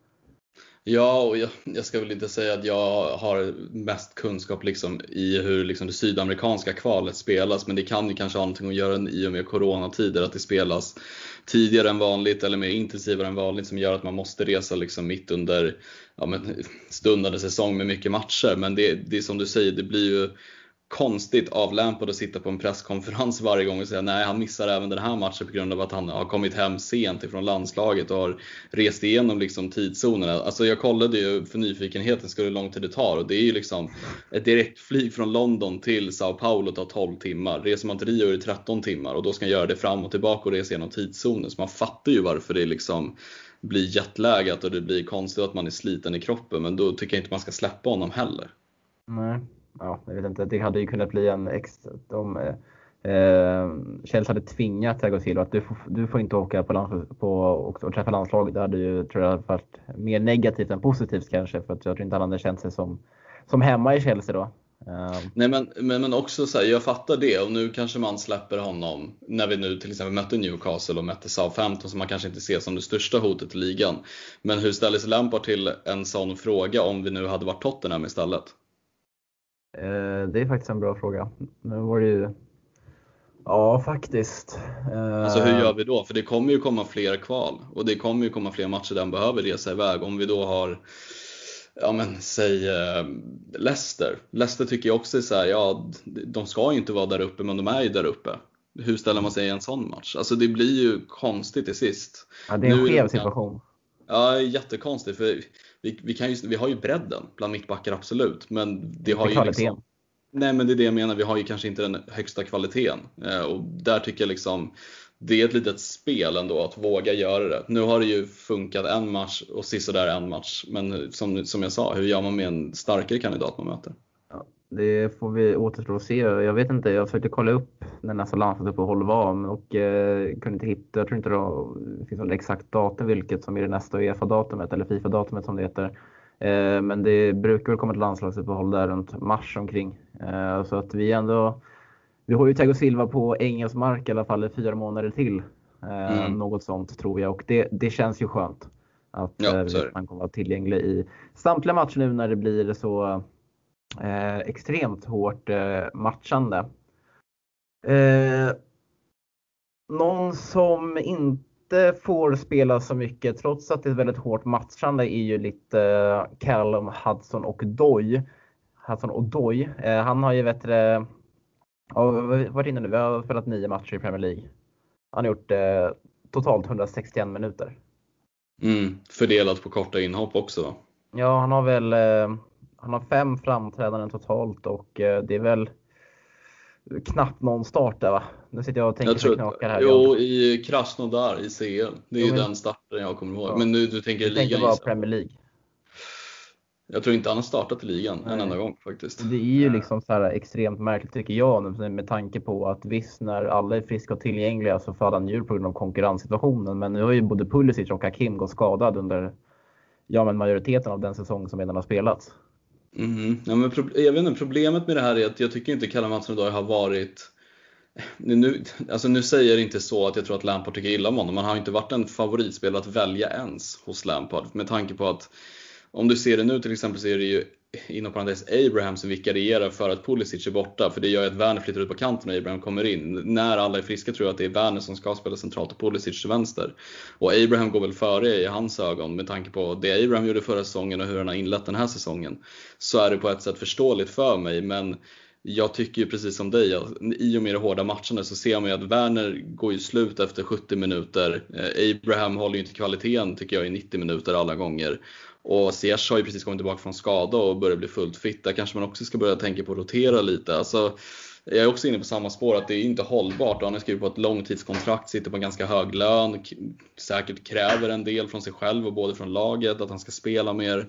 Ja, och jag, jag ska väl inte säga att jag har mest kunskap liksom i hur liksom det sydamerikanska kvalet spelas, men det kan ju kanske ha någonting att göra i och med coronatider, att det spelas tidigare än vanligt eller mer intensivare än vanligt, som gör att man måste resa liksom mitt under ja, men stundande säsong med mycket matcher. Men det, det är som du säger, det blir ju konstigt av Lampard att sitta på en presskonferens varje gång och säga nej, han missar även den här matchen på grund av att han har kommit hem sent ifrån landslaget och har rest igenom liksom tidszonerna. Alltså jag kollade ju för nyfikenheten skulle hur lång tid det tar, och det är ju liksom ett direktflyg från London till Sao Paulo tar tolv timmar. Reser man till Rio är det tretton timmar och då ska man göra det fram och tillbaka och resa igenom tidszoner. Så man fattar ju varför det liksom blir jetlagat och det blir konstigt att man är sliten i kroppen, men då tycker jag inte man ska släppa honom heller. Nej. Ja, jag vet inte. Det hade ju kunnat bli en extra... De, eh, Chelsea hade tvingat Thiago Silva att du får, du får inte åka på, lands, på och, och träffa landslaget. Det hade ju, tror jag, varit mer negativt än positivt kanske. För att jag tror inte han hade känt sig som, som hemma i Chelsea då. Uh. Nej, men, men, men också så här, jag fattar det, och nu kanske man släpper honom när vi nu till exempel mötte Newcastle och mötte Southampton som man kanske inte ser som det största hotet i ligan. Men hur ställer sig Lampard till en sån fråga om vi nu hade varit Tottenham istället? Det är faktiskt en bra fråga. Nu var det ju... Ja, faktiskt. Alltså hur gör vi då? För det kommer ju komma fler kval och det kommer ju komma fler matcher där man behöver resa iväg. Om vi då har, ja men säg eh, Leicester. Leicester tycker jag också är så här, ja de ska ju inte vara där uppe men de är ju där uppe. Hur ställer man sig i en sån match? Alltså det blir ju konstigt till sist. Ja, det är en nu skev är situation. Ja, jättekonstigt för vi, vi, kan ju, vi har ju bredden bland mittbackar absolut, men det har ju liksom, nej men det är det jag menar, vi har ju kanske inte den högsta kvaliteten eh, och där tycker jag liksom det är ett litet spel ändå att våga göra det. Nu har det ju funkat en match och sist där en match, men som, som jag sa, hur gör man med en starkare kandidat man möter? Ja, det får vi återstå att se. Jag vet inte, jag försökte kolla upp när nästa landslagsuppehåll var och eh, kunde inte hitta, jag tror inte det finns något exakt datum vilket som är det nästa UEFA-datumet eller FIFA-datumet som det heter. Eh, men det brukar väl komma ett landslagsuppehåll där runt mars omkring. Eh, så att vi ändå, vi har ju Thiago Silva på engelsk mark i alla fall i fyra månader till. Eh, mm. Något sånt tror jag, och det, det känns ju skönt att ja, eh, man kommer vara tillgänglig i samtliga matcher nu när det blir så Eh, extremt hårt eh, matchande. Eh, någon som inte får spela så mycket trots att det är väldigt hårt matchande är ju lite eh, Callum Hudson och Doy. Hudson och Doy. Eh, han har ju vet det, ja, varit inne nu. Vi har spelat nio matcher i Premier League. Han har gjort eh, totalt hundrasextioen minuter. Mm, fördelat på korta inhopp också va? Ja, han har väl eh, han har fem framträdanden totalt och eh, det är väl knappt någon start där va? Nu sitter jag och tänker jag tror, knakar här. Jo, i Krasnodar i C L. Det är jo, ju men, den starten jag kommer ihåg. Ja, men nu du tänker jag ligan. Jag tänker bara Premier League. Jag tror inte han har startat i ligan Nej. en enda gång faktiskt. Det är ju liksom så här extremt märkligt tycker jag, med tanke på att visst, när alla är friska och tillgängliga så faller han ur på grund av konkurrenssituationen. Men nu har ju både Pulisic och Hakim gått skadad under ja, men majoriteten av den säsong som redan har spelats. Mm. Ja, men pro- jag vet inte, problemet med det här är att jag tycker inte Callum Hudson-Odoi har varit... Nu, alltså nu säger jag inte så att jag tror att Lampard tycker illa om honom. Man har inte varit en favoritspelare att välja ens hos Lampard. Med tanke på att om du ser det nu till exempel, så är det ju inom parentes Abraham som vikarierar för att Pulisic är borta. För det gör ju att Werner flyttar ut på kanten och Abraham kommer in. När alla är friska tror jag att det är Werner som ska spela centralt och Pulisic till vänster. Och Abraham går väl före i hans ögon med tanke på det Abraham gjorde förra säsongen och hur han har inlett den här säsongen. Så är det på ett sätt förståeligt för mig, men jag tycker ju precis som dig att i och med det hårda matcherna så ser man ju att Werner går ju slut efter sjuttio minuter. Abraham håller ju inte kvaliteten tycker jag i nittio minuter alla gånger. Och Ziyech har ju precis kommit tillbaka från skada och börjar bli fullt fit. Där kanske man också ska börja tänka på att rotera lite. Alltså, jag är också inne på samma spår att det är inte hållbart. Och han har skrivit på ett långtidskontrakt, sitter på en ganska hög lön. Säkert kräver en del från sig själv och både från laget att han ska spela mer.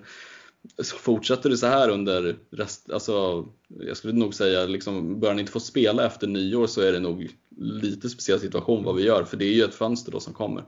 Så fortsätter det så här under rest, alltså jag skulle nog säga liksom, börjar han inte få spela efter nyår så är det nog lite speciell situation vad vi gör, för det är ju ett fönster då som kommer.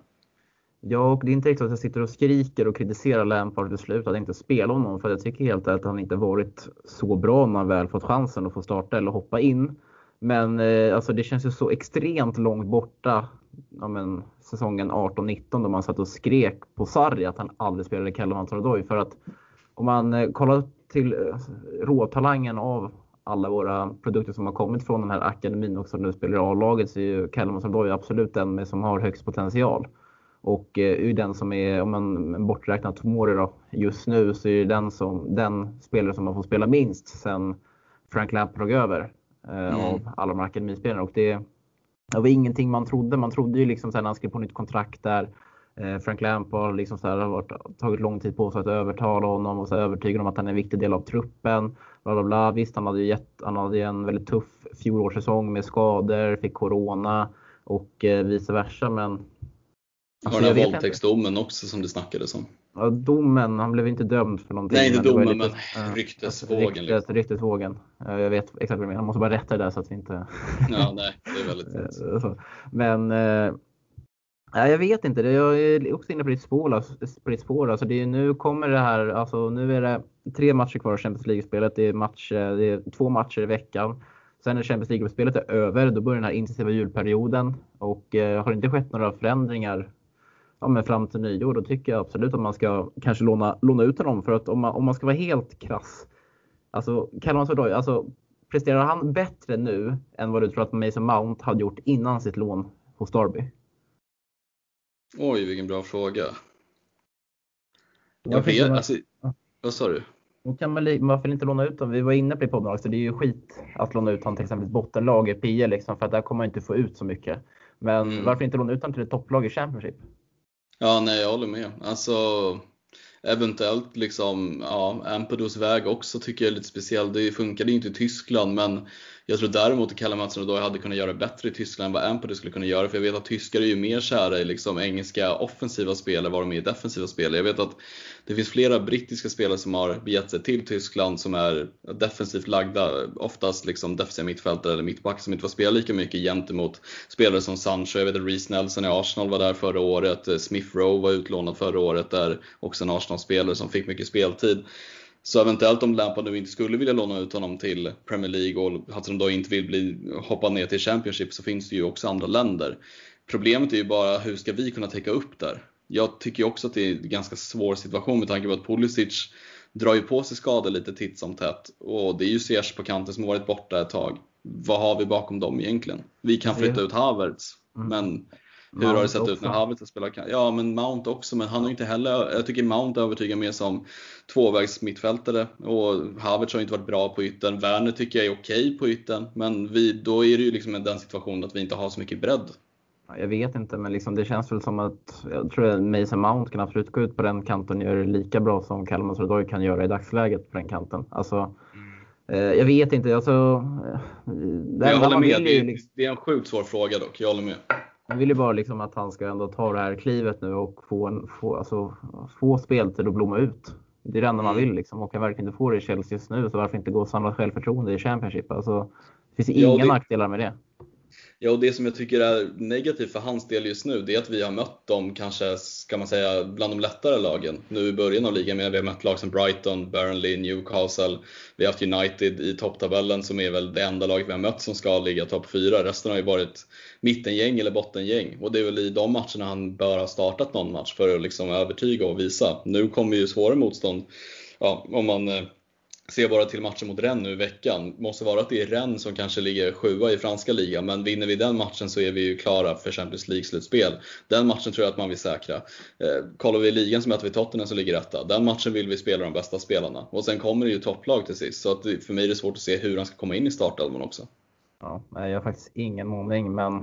Ja, och det är inte riktigt att jag sitter och skriker och kritiserar Lampard beslut att inte spela honom, för jag tycker helt att han inte varit så bra när han väl fått chansen att få starta eller hoppa in. Men eh, alltså det känns ju så extremt långt borta, ja, men, säsongen arton nitton då man satt och skrek på Sarri att han aldrig spelade Callum Hudson-Odoi. För att om man eh, kollar till eh, råtalangen av alla våra produkter som har kommit från den här akademin och som nu spelar i A-laget, så är ju Callum Hudson-Odoi absolut den med, som har högst potential. Och eh, är den som är, om man borträknar Tomori då, just nu, så är det den, som, den spelare som man får spela minst sen Frank Lampard tog över eh, mm. av alla de här akademispelarna. Och det, det var ingenting man trodde. Man trodde ju liksom sen han skrev på nytt kontrakt där. Eh, Frank Lampard liksom så här, har varit, tagit lång tid på sig att övertala honom och så övertyga om att han är en viktig del av truppen. Bla bla bla. Visst, han hade ju gett, han hade ju en väldigt tuff fjolårssäsong med skador, fick corona och eh, vice versa, men alltså, var den här våldtäktsdomen också som det snackades om? Ja, domen, han blev inte dömd för någonting. Nej, inte domen, lite, men äh, ryktesvågen. Ryktes, liksom. Ryktesvågen. Jag vet exakt vad du menar. Jag måste bara rätta det där så att vi inte... Ja, nej, det är väldigt sant. Men, äh, jag vet inte. Jag är också inne på ditt spår. På ditt spår. Alltså, det är, nu kommer det här, alltså nu är det tre matcher kvar av Champions League-spelet. Det är, match, det är två matcher i veckan. Sen när Champions League-spelet är över, då börjar den här intensiva julperioden. Och äh, har det inte skett några förändringar ja, men fram till nyår, då tycker jag absolut att man ska kanske låna, låna ut honom. För att om man, om man ska vara helt krass, alltså Callum Hudson-Odoi, alltså presterar han bättre nu än vad du tror att Mason Mount hade gjort innan sitt lån hos Derby? Oj, vilken bra fråga. Jag, jag vet, man, alltså, vad sa du? Då kan man varför inte låna ut dem? Vi var inne på det på podden, så det är ju skit att låna ut honom till exempel ett bottenlag i P L liksom, för att där kommer man inte få ut så mycket. Men mm. varför inte låna ut honom till ett topplag i Championship? Ja, nej, jag håller med. Alltså, eventuellt liksom, ja, Ampados väg också tycker jag är lite speciell. Det funkade ju inte i Tyskland, men jag tror däremot att Callum Hudson-Odoi hade kunnat göra bättre i Tyskland än vad Ampadu skulle kunna göra. För jag vet att tyskar är ju mer kära i liksom engelska offensiva spel än vad de är i defensiva spel. Jag vet att det finns flera brittiska spelare som har begett sig till Tyskland som är defensivt lagda. Oftast liksom defensiva mittfältare eller mittback som inte får spela lika mycket gentemot spelare som Sancho. Jag vet att Reece Nelson i Arsenal var där förra året. Smith Rowe var utlånad förra året, där också en Arsenal-spelare som fick mycket speltid. Så eventuellt om Lampard nu inte skulle vilja låna ut honom till Premier League och att de då inte vill bli hoppa ner till Championship, så finns det ju också andra länder. Problemet är ju bara hur ska vi kunna täcka upp där? Jag tycker också att det är en ganska svår situation med tanke på att Pulisic drar ju på sig skador lite titt som tätt. Och det är ju Ziyech på kanten som har varit borta ett tag. Vad har vi bakom dem egentligen? Vi kan flytta ut Havertz, mm. men hur Mount har det sett också ut när Havertz har spelat? Ja, men Mount också, men han har inte heller, jag tycker Mount övertygar mer som tvåvägs mittfältare, och Havertz har inte varit bra på ytten. Werner tycker jag är okej på ytten, men vi, då är det ju liksom den situationen att vi inte har så mycket bredd. Jag vet inte, men liksom det känns väl som att jag tror att Mason Mount kan absolut gå ut på den kanten och göra det lika bra som Callum Hudson-Odoi kan göra i dagsläget på den kanten. Alltså, mm. eh, jag vet inte. Alltså, det jag håller med, det, liksom, det är en sjukt svår fråga dock, jag håller med. Man vill ju bara liksom att han ska ändå ta det här klivet nu och få, en, få, alltså, få speltid och blomma ut. Det är det enda man Mm. vill liksom. Och kan verkligen inte få det i Chelsea just nu, så varför inte gå och samla självförtroende i Championship? Alltså, det finns Ja, inga det, nackdelar med det. ja, och det som jag tycker är negativt för hans del just nu, det är att vi har mött dem kanske, ska man säga, bland de lättare lagen nu i början av ligan. Men vi har mött lag som Brighton, Burnley, Newcastle. Vi har haft United i topptabellen, som är väl det enda laget vi har mött som ska ligga topp fyra. Resten har ju varit mittengäng eller bottengäng. Och det är väl i de matcherna han bör ha startat någon match för att liksom övertyga och visa. Nu kommer ju svåra motstånd. Ja, om man eh, ser bara till matchen mot Rennes nu i veckan. Måste vara att det är Rennes som kanske ligger sjua i franska ligan. Men vinner vi den matchen så är vi ju klara för Champions League-slutspel. Den matchen tror jag att man vill säkra. Eh, kollar vi i ligan så möter vi Tottenham som ligger etta. Den matchen vill vi spela de bästa spelarna. Och sen kommer det ju topplag till sist. Så att det, för mig är det svårt att se hur han ska komma in i startelvan också. Ja, jag har faktiskt ingen aning, men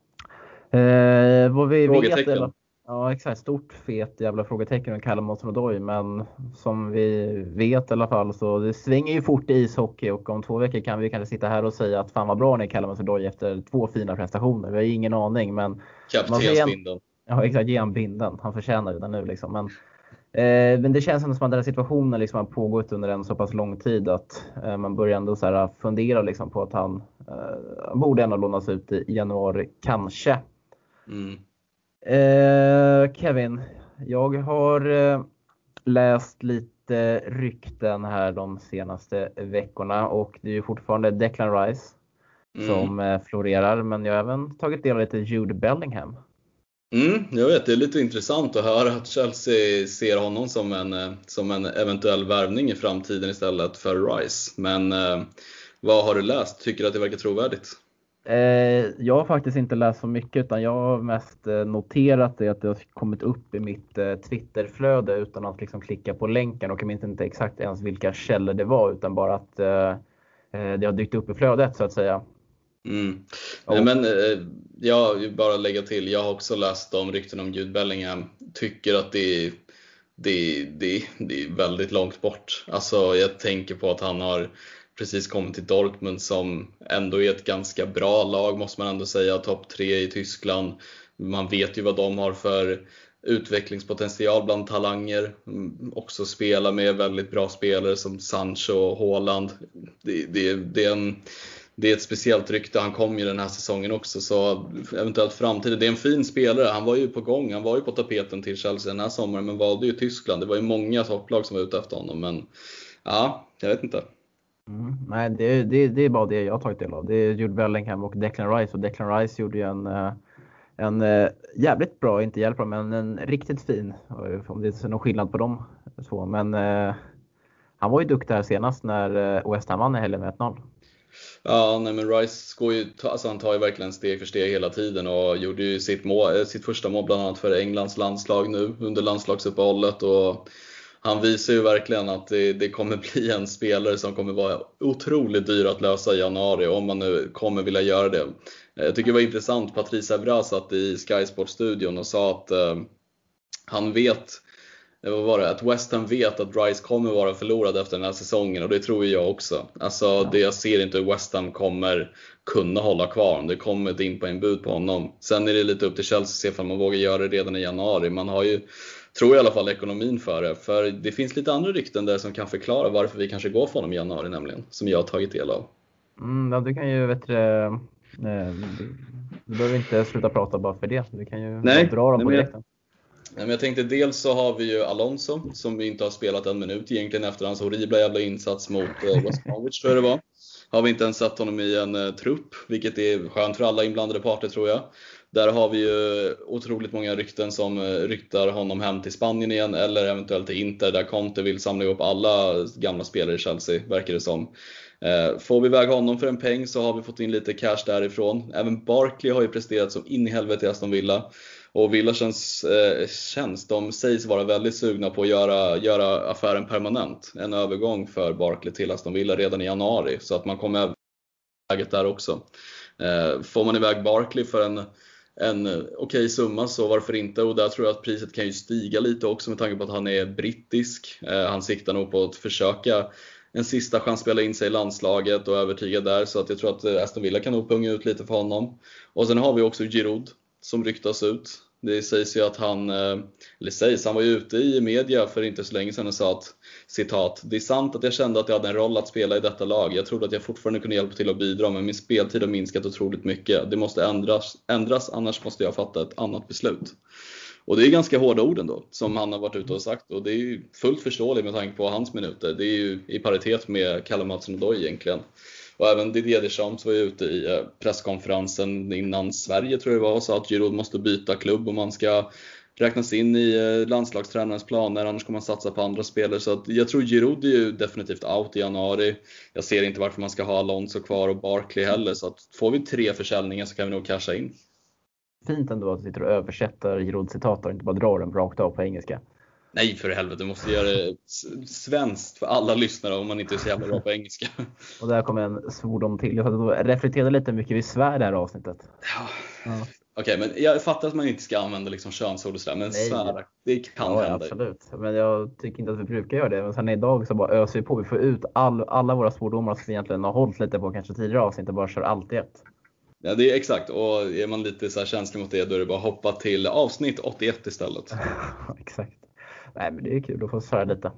eh, vad vi vet, eller, ja exakt, stort fet jävla frågetecken och Callum Hudson-Odoi, men som vi vet i alla fall så det svänger ju fort i ishockey, och om två veckor kan vi kanske sitta här och säga att fan vad bra ni är Callum Hudson-Odoi efter två fina prestationer. Vi har ingen aning, men kaptensbindeln. Ja exakt, ge han binden, han förtjänar ju den nu liksom, men Eh, men det känns som att den här situationen liksom har pågått under en så pass lång tid att eh, man börjar ändå så här fundera liksom på att han eh, borde ändå lånas ut i januari kanske. Mm. Eh, Kevin, jag har eh, läst lite rykten här de senaste veckorna, och det är ju fortfarande Declan Rice mm. som eh, florerar, men jag har även tagit del av lite Jude Bellingham. Mm, jag vet, det är lite intressant att höra att Chelsea ser honom som en, som en eventuell värvning i framtiden istället för Rice. Men eh, vad har du läst? Tycker du att det verkar trovärdigt? Eh, jag har faktiskt inte läst så mycket, utan jag har mest eh, noterat det att det har kommit upp i mitt eh, Twitterflöde utan att liksom klicka på länken, och jag minns inte exakt ens vilka källor det var, utan bara att eh, det har dykt upp i flödet så att säga. Mm. Nej, men eh, jag vill bara lägga till, jag har också läst om rykten om Jude Bellingham. Tycker att det är, det, det, det är väldigt långt bort. Alltså jag tänker på att han har precis kommit till Dortmund, som ändå är ett ganska bra lag måste man ändå säga, topp tre i Tyskland. Man vet ju vad de har för utvecklingspotential bland talanger. Också spela med väldigt bra spelare som Sancho och Haaland. Det, det, det är en Det är ett speciellt rykte, han kom ju den här säsongen också, så eventuellt framtiden. Det är en fin spelare, han var ju på gång, han var ju på tapeten till Chelsea den här sommaren, men valde ju Tyskland. Det var ju många topplag som var ute efter honom, men ja, jag vet inte. Mm, nej, det, det, det är bara det jag har tagit del av. Det är Jude Bellingham och Declan Rice, och Declan Rice gjorde ju en, en jävligt bra, inte hjälp men en riktigt fin, om det är någon skillnad på dem två, men eh, han var ju duktig här senast när West Ham vann i helgen med ett noll. Ja, nej, men Rice går ju, alltså han tar ju verkligen steg för steg hela tiden och gjorde ju sitt, mål, sitt första mål bland annat för Englands landslag nu under landslagsuppehållet, och han visar ju verkligen att det, det kommer bli en spelare som kommer vara otroligt dyr att lösa i januari om man nu kommer vilja göra det. Jag tycker det var intressant, Patrice Evra satt i Sky Sports-studion och sa att eh, han vet Vad var det? Att West Ham vet att Rice kommer vara förlorad efter den här säsongen, och det tror jag också. Alltså ja. det jag ser inte hur West Ham kommer kunna hålla kvar. Det kommer ett in på en bud på honom. Sen är det lite upp till Chelsea att se om man vågar göra det redan i januari. Man har ju, tror jag i alla fall, ekonomin för det. För det finns lite andra rykten där som kan förklara varför vi kanske går för honom i januari nämligen. Som jag har tagit del av. Mm, ja, du kan ju vet du, eh, du behöver inte sluta prata bara för det. Du kan ju Nej, dra dem på direkten. Men jag tänkte, dels så har vi ju Alonso som vi inte har spelat en minut egentligen efter hans horribla jävla insats mot West Bromwich, tror jag det var. Har vi inte ens sett honom i en uh, trupp, vilket är skönt för alla inblandade parter, tror jag. Där har vi ju otroligt många rykten som uh, ryktar honom hem till Spanien igen, eller eventuellt till Inter, där Conte vill samla ihop alla gamla spelare i Chelsea, verkar det som. Uh, får vi iväg honom för en peng så har vi fått in lite cash därifrån. Även Barkley har ju presterat som in i helvete i Aston Villa. Och Villa känns, eh, känns, de sägs vara väldigt sugna på att göra, göra affären permanent. En övergång för Barkley till Aston Villa redan i januari. Så att man kommer läget där också. Eh, får man iväg Barkley för en, en okej okay summa, så varför inte? Och där tror jag att priset kan ju stiga lite också med tanke på att han är brittisk. Eh, han siktar nog på att försöka en sista chans spela in sig i landslaget och övertyga där. Så att jag tror att Aston Villa kan nog punga ut lite för honom. Och sen har vi också Giroud som ryktas ut. Det sägs ju att han, eller sägs, han var ju ute i media för inte så länge sedan och sa att, citat, det är sant att jag kände att jag hade en roll att spela i detta lag. Jag trodde att jag fortfarande kunde hjälpa till att bidra, men min speltid har minskat otroligt mycket. Det måste ändras, ändras annars måste jag fatta ett annat beslut. Och det är ganska hårda ord ändå, som han har varit ute och sagt. Och det är ju fullt förståeligt med tanke på hans minuter. Det är ju i paritet med Callum Hudson-Odoi egentligen. Och även Didier Deschamps var ju ute i presskonferensen innan Sverige, tror jag det var, och sa att Giroud måste byta klubb och man ska räknas in i landslagstränarens planer, annars kommer man satsa på andra spelare. Så att jag tror Giroud är ju definitivt out i januari. Jag ser inte varför man ska ha Alonso kvar och Barkley heller. Så att får vi tre försäljningar så kan vi nog casha in. Fint ändå att du sitter och översätter Giroud-citat och inte bara drar den rakt av på engelska. Nej, för helvete, du måste göra det svenskt för alla lyssnare om man inte är så jävla bra på engelska. Och där kommer en svordom till. Jag satt och reflekterade lite mycket vi svär det här avsnittet. Ja. Ja. Okej, okay, men jag fattar att man inte ska använda liksom könsord och sådär, men svära, det kan ja, hända. Absolut, men jag tycker inte att vi brukar göra det. Men sen idag så bara öser vi på, vi får ut all, alla våra svordomar som vi egentligen har hållit lite på kanske tidigare avsnitt och bara kör allt i ett. Ja, det är exakt, och är man lite så här känslig mot det, då är det bara hoppa till avsnitt åttioett istället. Exakt. Nej, men det är kul att få svära lite.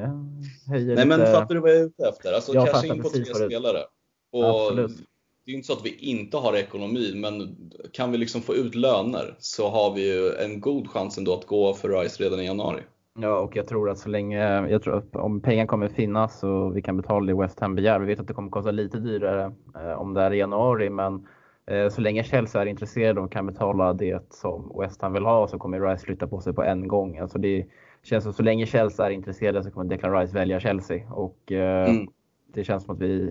Nej, lite... men fattar du vad jag är ute efter? Alltså, jag kanske in på tre spelare. Och absolut. Det är inte så att vi inte har ekonomi, men kan vi liksom få ut löner så har vi ju en god chans ändå att gå för Rice redan i januari. Ja, och jag tror att så länge, jag tror att om pengar kommer finnas och vi kan betala det West Ham begär. Vi vet att det kommer kosta lite dyrare eh, om det är i januari, men eh, så länge Chelsea är intresserade och kan betala det som West Ham vill ha så kommer Rice flytta på sig på en gång. Alltså det känns som så länge Chelsea är intresserade så kommer Declan Rice välja Chelsea. Och eh, mm. det känns som att vi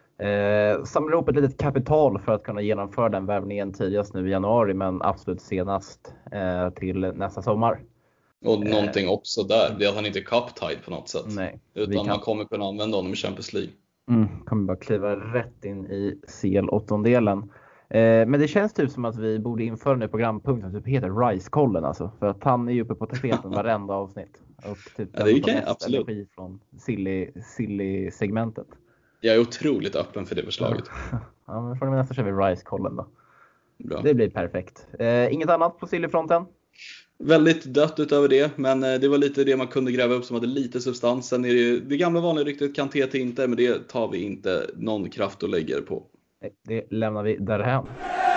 eh, samlar ihop ett litet kapital för att kunna genomföra den värvningen tidigast nu i januari, men absolut senast eh, till nästa sommar. Och någonting också där, det är att han inte är cup-tied på något sätt. Nej, utan kan... man kommer kunna använda honom i Champions League. Mm, kommer bara kliva rätt in i C L-åttondelen. Eh, men det känns typ som att vi borde införa nu programpunkten som typ heter Rice-kollen. Alltså, för att han är ju uppe på tapeten varenda avsnitt. Och typ ja, det kan jag absolut. Energi från silly, silly-segmentet. Jag är otroligt öppen för det förslaget. Ja, men från nästa kör vi Rice-kollen då. Bra. Det blir perfekt. Eh, inget annat på silly-fronten? Väldigt dött utöver det, men det var lite det man kunde gräva upp som hade lite substans. Sen är det ju det gamla vanliga ryktet Kanté till inte, men det tar vi inte någon kraft och lägger på. Det lämnar vi därhän.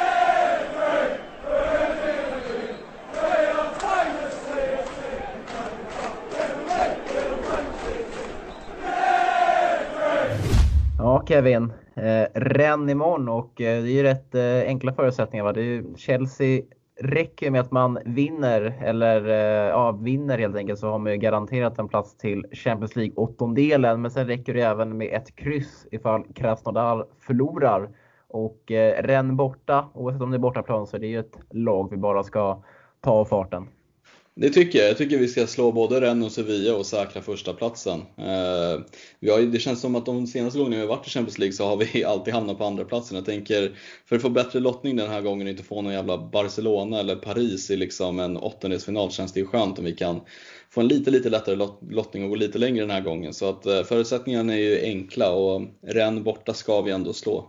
Ja, Kevin, eh, Rennes imorgon och eh, det är ju rätt eh, enkla förutsättningar, va? Det är ju Chelsea. Räcker med att man vinner eller ja, vinner helt enkelt, så har man ju garanterat en plats till Champions League åttondelen. Men sen räcker det även med ett kryss ifall Krasnodar förlorar. Och eh, Rennes borta, oavsett om det är bortaplan, så är det ju ett lag vi bara ska ta av farten. Det tycker jag. Jag tycker vi ska slå både Rennes och Sevilla och säkra första platsen. Eh, vi har, det känns som att de senaste gångerna vi har varit i Champions League så har vi alltid hamnat på andra platsen. Jag tänker, för att få bättre lottning den här gången och inte få någon jävla Barcelona eller Paris i liksom en åttondelsfinal, känns det ju skönt om vi kan få en lite lite lättare lot, lottning och gå lite längre den här gången. Så att eh, förutsättningarna är ju enkla och Rennes borta ska vi ändå slå.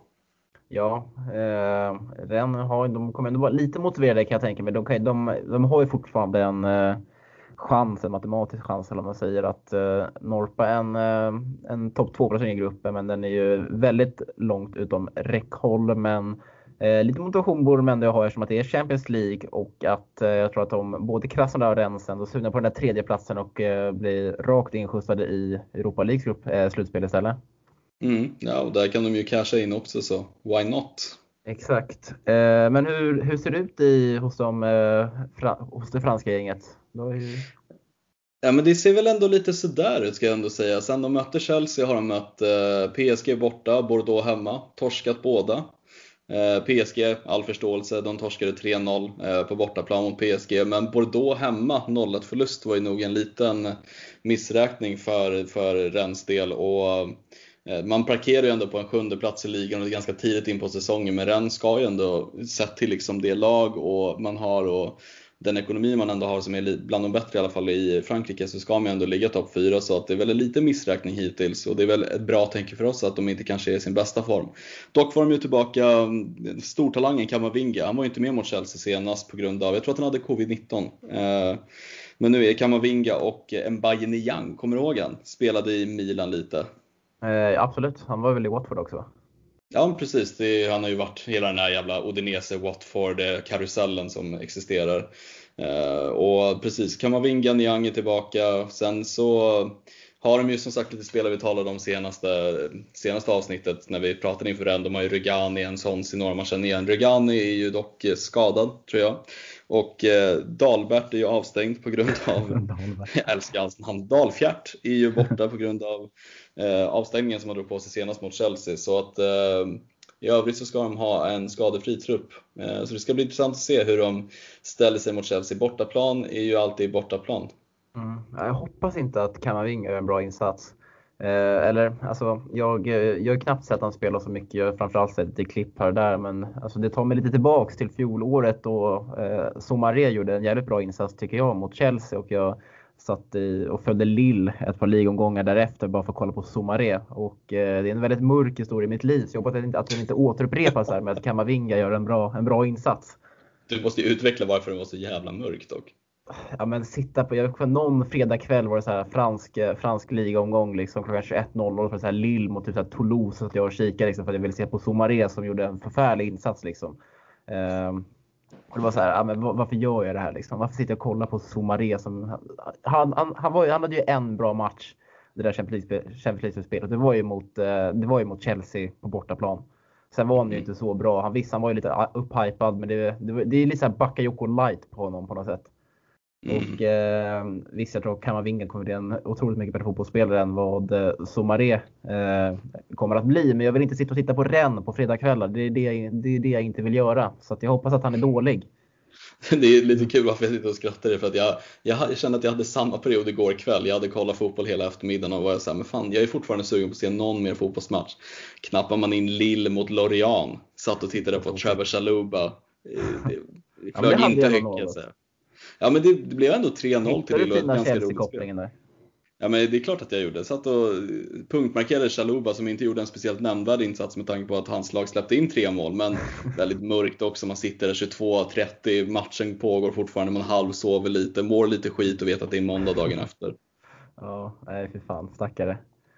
Ja, eh, Rennes har, de kommer ändå vara lite motiverade kan jag tänka mig. De, kan, de, de har ju fortfarande en eh, chans, en matematisk chans eller man säger, att eh, norpa en, eh, en topp två-placering i gruppen. Men den är ju väldigt långt utom räckhåll. Men eh, lite motivation borde de ändå ha eftersom att det är Champions League. Och att eh, jag tror att de både Krasnodar och Rennes ändå sugnar på den där tredje platsen och eh, blir rakt inskjutsade i Europa Leagues grupp, eh, slutspel istället. Mm, ja, och där kan de ju casha in också, så why not? Exakt. Eh, men hur, hur ser det ut i, hos, de, eh, fra, hos det franska gänget? Då är ju... Ja, men det ser väl ändå lite sådär ut ska jag ändå säga. Sen de mötte Chelsea har de mött eh, P S G borta, Bordeaux hemma, torskat båda. Eh, P S G, all förståelse, de torskade tre noll eh, på bortaplan mot P S G. Men Bordeaux hemma, noll ett förlust var ju nog en liten missräkning för, för Rennes del. Och man parkerar ju ändå på en sjunde plats i ligan och det är ganska tidigt in på säsongen. Men Rennes ska ju ändå sett till liksom det lag och man har och den ekonomi man ändå har som är bland de bättre i alla fall i Frankrike, så ska man ändå ligga topp fyra, så att det är väl lite missräkning hittills, och det är väl ett bra tänk för oss att de inte kanske är i sin bästa form. Dock var de ju tillbaka, stortalangen Camavinga, han var ju inte med mot Chelsea senast på grund av, jag tror att han hade covid nitton. Men nu är Camavinga och Mbaye Niang, kommer du ihåg han? Spelade i Milan lite. Eh, absolut, han var väl i Watford också. Ja, precis. Det, han har ju varit hela den här jävla Udinese, Watford, karusellen som existerar. Eh, och precis, Camavinga, Niang är tillbaka. Sen så har de ju som sagt lite spelare vi talade om senaste, senaste avsnittet när vi pratade inför den. De har ju Rugani, en sån signor man känner igen. Rugani är ju dock skadad, tror jag. Och eh, Dalbert är ju avstängd på grund av, jag älskar hans namn, Dalfjärt är ju borta på grund av eh, avstängningen som han drog på sig senast mot Chelsea. Så att eh, i övrigt så ska de ha en skadefri trupp. Eh, så det ska bli intressant att se hur de ställer sig mot Chelsea. Bortaplan är ju alltid bortaplan. Mm. Jag hoppas inte att Camavinga gör en bra insats. Eh, eller, alltså, jag, jag har knappt sett han spela så mycket. Jag har framförallt sett lite klipp här och där. Men alltså, det tar mig lite tillbaks till fjolåret. Och eh, Soumaré gjorde en jävligt bra insats tycker jag mot Chelsea. Och jag satt i, och följde Lille ett par ligomgångar därefter bara för att kolla på Soumaré. Och eh, det är en väldigt mörk historia i mitt liv. Så jag hoppas att, inte, att den inte återupprepas här med att Camavinga gör en bra, en bra insats. Du måste ju utveckla varför det var så jävla mörkt dock. Ja, men sitta på, jag vet, någon fredagkväll var det så här fransk, fransk ligaomgång liksom klockan tjugoett noll noll för så här Lille mot typ så här Toulouse, så att jag kikade liksom för att jag ville se på Soumaré som gjorde en förfärlig insats liksom. Um, och det var så här, ja, men varför gör jag det här liksom? Varför sitter jag och kollar på Soumaré som han han han var han hade ju en bra match det där Champions League-spelet. Det var ju mot det var ju mot Chelsea på bortaplan. Sen var han ju inte så bra. Han visst han var ju lite upphypad, men det det, det är lite så här Bakayoko light på honom på något sätt. Mm. Och eh, visst, jag tror att Camavinga kommer bli en otroligt mycket bättre fotbollsspelare än vad eh, Soumaré eh, kommer att bli. Men jag vill inte sitta och titta på Rennes på fredagskvällar. Det är det, det är det jag inte vill göra. Så att jag hoppas att han är dålig. Det är lite kul varför jag sitter och skrattar, för att jag, jag kände att jag hade samma period igår kväll. Jag hade kollat fotboll hela eftermiddagen och var så här, men fan, jag är fortfarande sugen på att se någon mer fotbollsmatch. Knappar man in Lille mot Lorient, satt och tittade på Trevor Chalobah. Det, det flög ja, inte högt, så. Ja, men det, det blev ändå tre noll till Lille. Ganska roligt där. Ja, men det är klart att jag gjorde. Satt och punktmarkerade Chalobah som inte gjorde en speciellt nämnvärd insats med tanke på att hans lag släppte in tre mål. Men väldigt mörkt också. Man sitter där tjugotvå trettio, matchen pågår fortfarande, man halvsover lite, mår lite skit och vet att det är måndag dagen efter. Ja, nej för fan, stackare.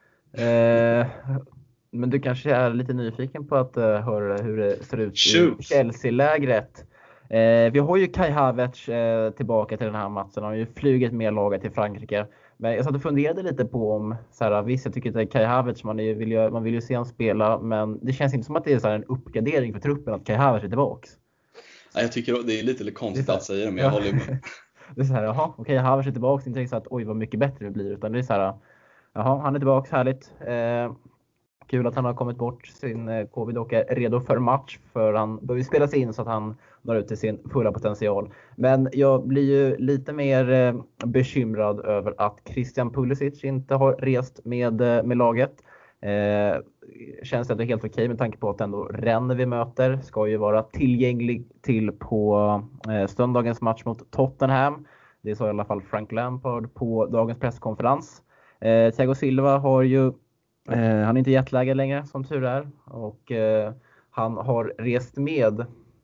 Eh, men du kanske är lite nyfiken på att uh, höra hur det ser ut Shoot. i Chelsea-lägret. Eh, vi har ju Kai Havertz eh, tillbaka till den här matchen. Han har ju flugit med laget till Frankrike. Men jag satt och funderade lite på om, så här, visst jag tycker att Kai Havertz, man, är, vill ju, man vill ju se han spela. Men det känns inte som att det är så här en uppgradering för truppen att Kai Havertz är tillbaka. Ja, jag tycker det är lite konstigt att säga det, men jag håller med. Det är så här, jaha, okej, okay, Havertz är tillbaka. Inte så att oj vad mycket bättre det blir. Utan det är så här, jaha, han är tillbaka, härligt. Eh, Kul att han har kommit bort sin covid och är redo för match. För han behöver spela sig in så att han når ut till sin fulla potential. Men jag blir ju lite mer bekymrad över att Christian Pulisic inte har rest med, med laget. Eh, känns det helt okej med tanke på att ändå Rennes vi möter ska ju vara tillgänglig till på eh, söndagens match mot Tottenham. Det sa i alla fall Frank Lampard på dagens presskonferens. Eh, Thiago Silva har ju Eh, han är inte jetlaggad längre som tur är. Och eh, han har rest med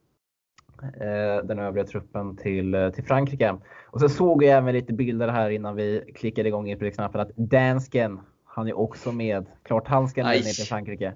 eh, den övriga truppen till, till Frankrike. Och så såg jag även lite bilder här innan vi klickade igång in på knappen att dansken, han är också med. Klart han ska ner till Frankrike.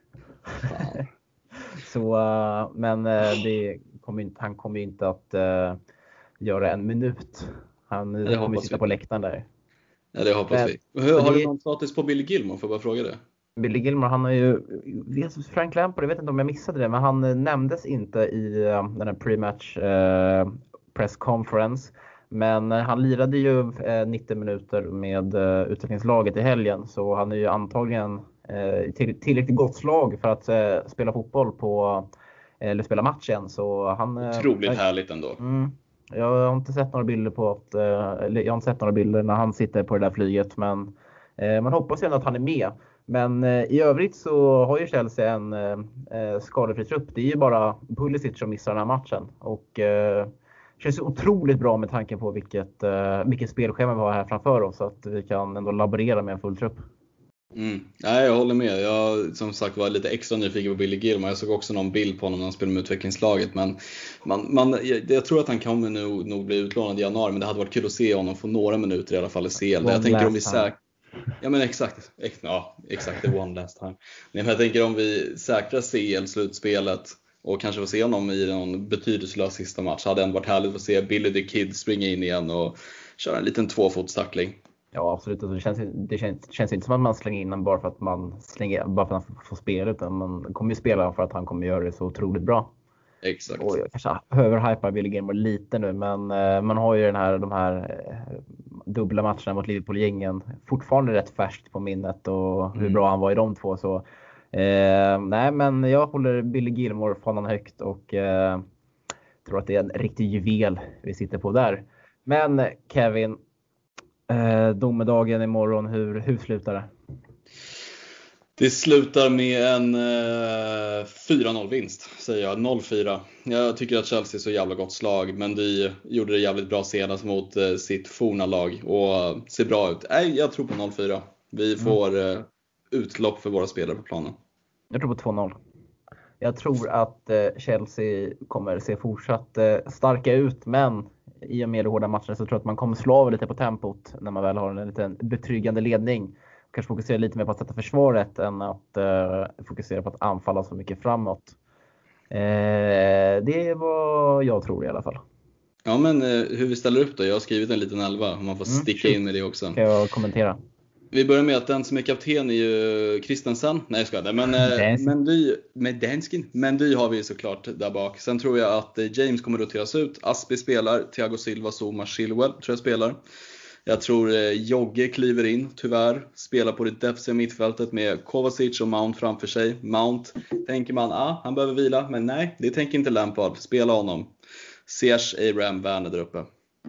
Så, uh, men uh, det kommer inte, han kommer inte att uh, göra en minut. Han det kommer sitta vi. på läktaren där. Ja, det hoppas vi. Hur, har du någon status på Billy Gilmore? Får jag bara fråga det? Billy Gilmore, han har ju Frank Lampard, jag vet inte om jag missade det, men han nämndes inte i uh, den här pre-match uh, press conference. Men uh, han lirade ju uh, nittio minuter med uh, utvecklingslaget i helgen, så han är ju antagligen uh, till, tillräckligt gott slag för att uh, spela fotboll på uh, eller spela matchen. Så han uh, otroligt uh, härligt ändå. Mm, Jag har inte sett några bilder på att, eller jag har inte sett några bilder när han sitter på det där flyget, men eh, man hoppas ju ändå att han är med. Men eh, i övrigt så har ju Chelsea en eh, skadefri trupp. Det är ju bara Pulisic som missar den här matchen. Och eh, känns otroligt bra med tanke på vilket, uh, vilket spelschema vi har här framför oss. Så att vi kan ändå laborera med en full trupp. Mm. Nej, jag håller med. Jag som sagt var lite extra nyfiken på Billy Gilmore. Jag såg också någon bild på honom när han spelade med utvecklingslaget. Men man, man, jag, jag tror att han kommer nog, nog bli utlånad i januari. Men det hade varit kul att se honom få några minuter i alla fall i C L. Jag tänker om vi säkrar... Ja men exakt, ja, exakt, det one last time. Men jag tänker om vi säkrar C L-slutspelet och kanske får se honom i någon betydelselös sista match. Hade ändå varit härligt att se Billy the Kid springa in igen och köra en liten tvåfotstackling. Ja, absolut. Det känns, det känns, känns inte som att man slänger in honom bara för att man slänger, bara för att han får spela, utan man kommer ju spela för att han kommer göra det så otroligt bra. Exakt. Och jag kanske överhypar Billy Gilmore lite nu, men eh, man har ju den här, de här eh, dubbla matcherna mot Liverpool-gängen fortfarande rätt färskt på minnet och hur Mm. bra han var i de två. Så, eh, nej, men jag håller Billy Gilmore fanan högt och eh, tror att det är en riktig juvel vi sitter på där. Men Kevin, eh, domedagen imorgon, hur, hur slutar det? Det slutar med en eh, fyra noll vinst, säger jag. noll fyra. Jag tycker att Chelsea är så jävla gott slag, men de gjorde det jävligt bra senast mot eh, sitt forna lag och ser bra ut. Nej, jag tror på noll fyra. Vi får eh, utlopp för våra spelare på planen. Jag tror på två noll. Jag tror att eh, Chelsea kommer se fortsatt eh, starka ut, men i och med det hårda matchen så tror jag att man kommer slå av lite på tempot när man väl har en liten betryggande ledning. Kanske fokusera lite mer på att sätta försvaret än att eh, fokusera på att anfalla så mycket framåt. Eh, det är vad jag tror i alla fall. Ja, men eh, hur vi ställer upp då? Jag har skrivit en liten elva, om man får Mm, sticka shoot. in med det också. Ska jag kommentera? Vi börjar med att den som är kapten är ju Christensen. Nej, jag skojar inte. Men, Dansken. men vi, med Dansken. Men vi har vi såklart där bak. Sen tror jag att eh, James kommer roteras ut. Aspi spelar. Thiago Silva, Zuma, Chilwell tror jag spelar. Jag tror eh, Jogge kliver in, tyvärr. Spelar på det defensiva mittfältet med Kovacic och Mount framför sig. Mount tänker man, ah, han behöver vila. Men nej, det tänker inte Lampard. Spela honom. Ziyech, Abraham, Werner där uppe.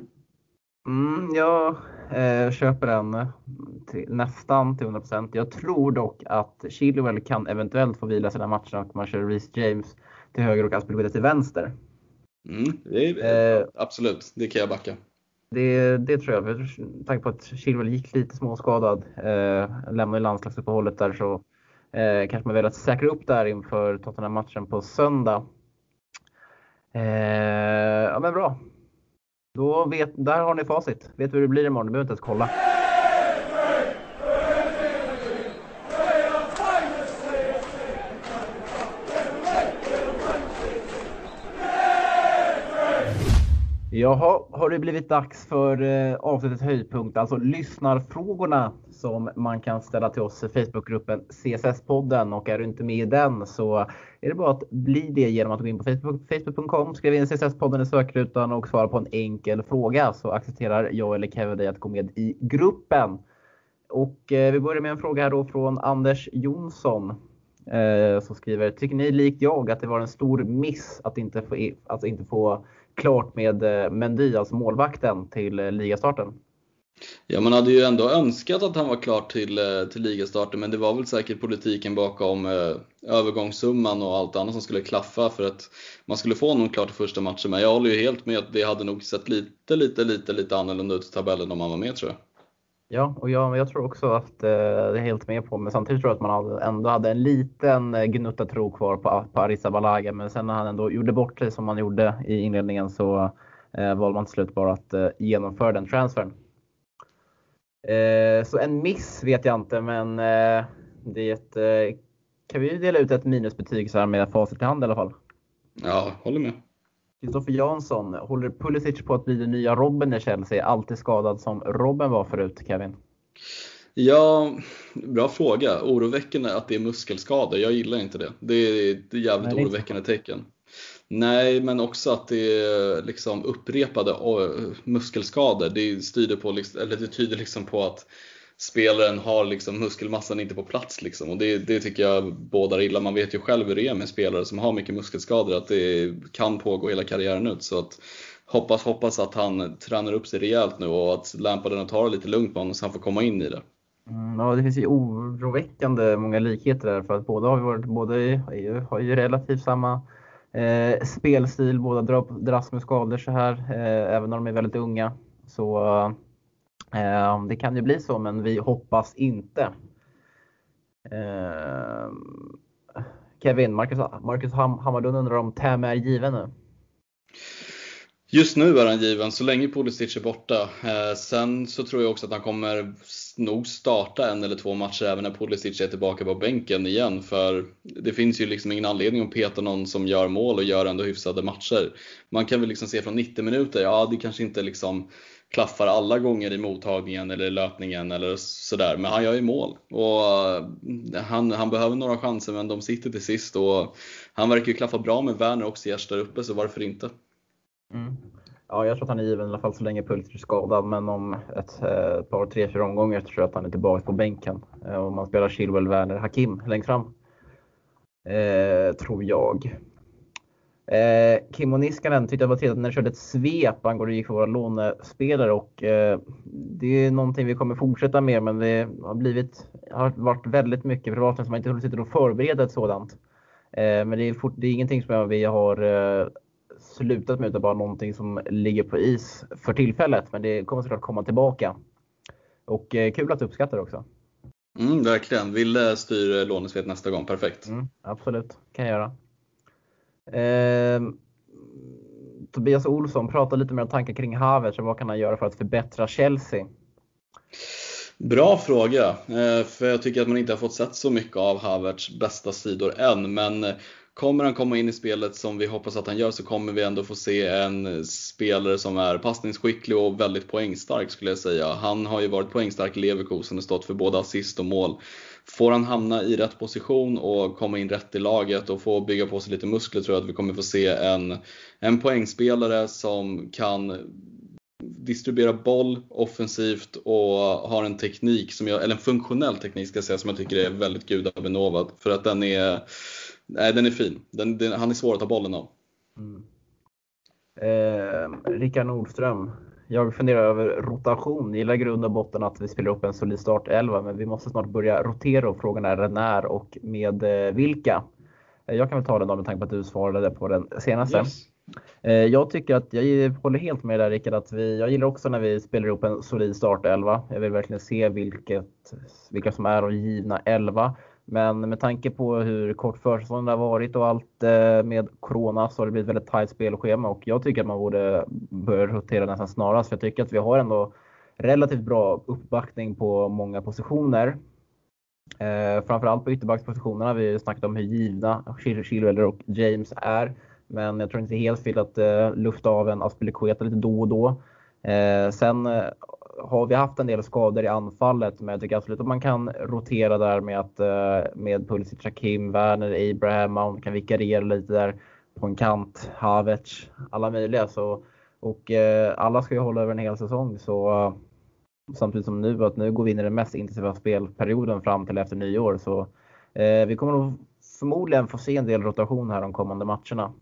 Mm, jag eh, köper den till, nästan till hundra procent. Jag tror dock att Chilwell kan eventuellt få vila sina matcher och man kör Reece James till höger och Aspelgueda till vänster. Mm, det är, Eh, absolut, det kan jag backa. Det, det tror jag. Med tanke på att Chilwell gick lite småskadad. Eh, lämnade landslagsuppehållet där, så eh, kanske man vill att säkra upp där inför Tottenham-matchen på söndag. Eh, ja men bra. Då vet, där har ni facit. Vet du hur det blir imorgon? Du behöver inte ens kolla. Jaha, har det blivit dags för eh, avsnittets höjdpunkt, alltså lyssnarfrågorna som man kan ställa till oss i Facebookgruppen C S S-podden, och är du inte med i den så är det bara att bli det genom att gå in på facebook punkt com, skriva in C S S-podden i sökrutan och svara på en enkel fråga, så accepterar jag eller Kevin dig att gå med i gruppen. Och eh, vi börjar med en fråga här då från Anders Jonsson. Eh, som skriver, tycker ni likt jag att det var en stor miss att inte få, alltså inte få klart med eh, Mendy, alltså målvakten, till eh, ligastarten? Ja, man hade ju ändå önskat att han var klar till, eh, till ligastarten, men det var väl säkert politiken bakom eh, övergångssumman och allt annat som skulle klaffa för att man skulle få någon klart i första matchen. Men jag håller ju helt med att det hade nog sett lite, lite, lite, lite annorlunda ut i tabellen om han var med, tror jag. Ja, och jag, jag tror också att eh, det är helt med på, men samtidigt tror jag att man hade, ändå hade en liten eh, gnutta tro kvar på, på Arrizabalaga, men sen när han ändå gjorde bort sig som man gjorde i inledningen så eh, valde man till slut bara att eh, genomföra den transfern. Eh, så en miss vet jag inte, men eh, det är ett, eh, kan vi dela ut ett minusbetyg så här med facit i hand i alla fall. Ja, håller med. Kristoffer Jansson, håller Pulisic på att bli den nya Robben i Chelsea? Alltid skadad som Robben var förut, Kevin? Ja, bra fråga. Oroväckande att det är muskelskador. Jag gillar inte det. Det är ett jävligt Nej, det är oroväckande tecken. Nej, men också att det är liksom upprepade muskelskador. Det styder på, eller det tyder liksom på att spelaren har liksom muskelmassan inte på plats liksom. Och det, det tycker jag bådar illa. Man vet ju själv hur det är med spelare som har mycket muskelskador, att det kan pågå hela karriären ut. Så att hoppas, hoppas att han tränar upp sig rejält nu och att Lampard tar det lite lugnt med honom så han får komma in i det. Mm, ja, det finns ju oroväckande många likheter där, för att båda har ju varit, båda har ju relativt samma eh, spelstil. Båda drar, dras med skador så här, eh, även när de är väldigt unga. Så eh, det kan ju bli så, men vi hoppas inte. Eh, Kevin, Marcus, Marcus Ham, Hammarlund undrar om Tam är given nu. Just nu är han given så länge Pulisic är borta. Eh, sen så tror jag också att han kommer nog starta en eller två matcher även när Pulisic är tillbaka på bänken igen. För det finns ju liksom ingen anledning att peta någon som gör mål och gör ändå hyfsade matcher. Man kan väl liksom se från nittio minuter, ja det kanske inte liksom klaffar alla gånger i mottagningen eller löpningen eller sådär. Men han gör ju mål och han, han behöver några chanser, men de sitter till sist. Och han verkar ju klaffa bra med Werner och Ziyech där uppe, så varför inte? Mm. Ja, jag tror att han är given i alla fall så länge Pulisic är skadad. Men om ett, ett par, tre, fyra omgångar tror jag att han är tillbaka på bänken. Om man spelar Chilwell, Werner, Hakim längst fram. Eh, tror jag. Eh, Kim och Niskanen tyckte jag var trevligt när de körde ett svep angående gick för våra lånespelare. Och eh, det är någonting vi kommer fortsätta med. Men det har, blivit, har varit väldigt mycket privat som man inte hunnit sitta och förbereda ett sådant. Eh, men det är, fort, det är ingenting som vi har... Eh, slutat med, utan bara någonting som ligger på is för tillfället, men det kommer såklart komma tillbaka. Och eh, kul att du uppskattar det också. Mm, verkligen. Ville styra lånesvet nästa gång, perfekt. Mm, absolut, kan jag göra. Eh, Tobias Olsson pratar lite mer om tankar kring Havertz och vad kan han göra för att förbättra Chelsea? Bra fråga, eh, för jag tycker att man inte har fått sett så mycket av Havertz bästa sidor än, men kommer han komma in i spelet som vi hoppas att han gör, så kommer vi ändå få se en spelare som är passningsskicklig och väldigt poängstark skulle jag säga. Han har ju varit poängstark i Leverkusen och stått för både assist och mål. Får han hamna i rätt position och komma in rätt i laget och få bygga på sig lite muskler, tror jag att vi kommer få se en, en poängspelare som kan distribuera boll offensivt och har en teknik som jag, eller en funktionell teknik ska jag säga, som jag tycker är väldigt gudabenovad, för att den är nej, den är fin. Den, den, han är svår att ta bollen av. Mm. Eh, Rickard Nordström. Jag funderar över rotation. Gillar grund och botten att vi spelar upp en solid start elva, men vi måste snart börja rotera och frågan är när och med eh, vilka. Eh, jag kan väl ta den då med tanke på att du svarade på den senaste. Yes. Eh, jag tycker att jag håller helt med där, Rickard, att vi, jag gillar också när vi spelar upp en solid start elva. Jag vill verkligen se vilket, vilka som är de givna elva. Men med tanke på hur kort försäsongen har varit och allt eh, med corona, så har det blivit väldigt tajt spelschema. Och jag tycker att man borde börja rotera nästan snarast. För jag tycker att vi har ändå relativt bra uppbackning på många positioner. Eh, framförallt på ytterbackspositionerna. Vi har snackat om hur givna Chilwell och James är. Men jag tror inte det är helt fel att eh, lufta av en Aspilicueta lite då och då. Eh, sen eh, har vi haft en del skador i anfallet, men jag tycker absolut att man kan rotera där med att eh, med Pulisic, Hakim, Werner, Abraham, man kan vikariera lite där på en kant, Havertz, alla möjliga. Så, och eh, alla ska ju hålla över en hel säsong, så eh, samtidigt som nu att nu går vi in i den mest intensiva spelperioden fram till efter nyår, så eh, vi kommer nog förmodligen få se en del rotation här de kommande matcherna.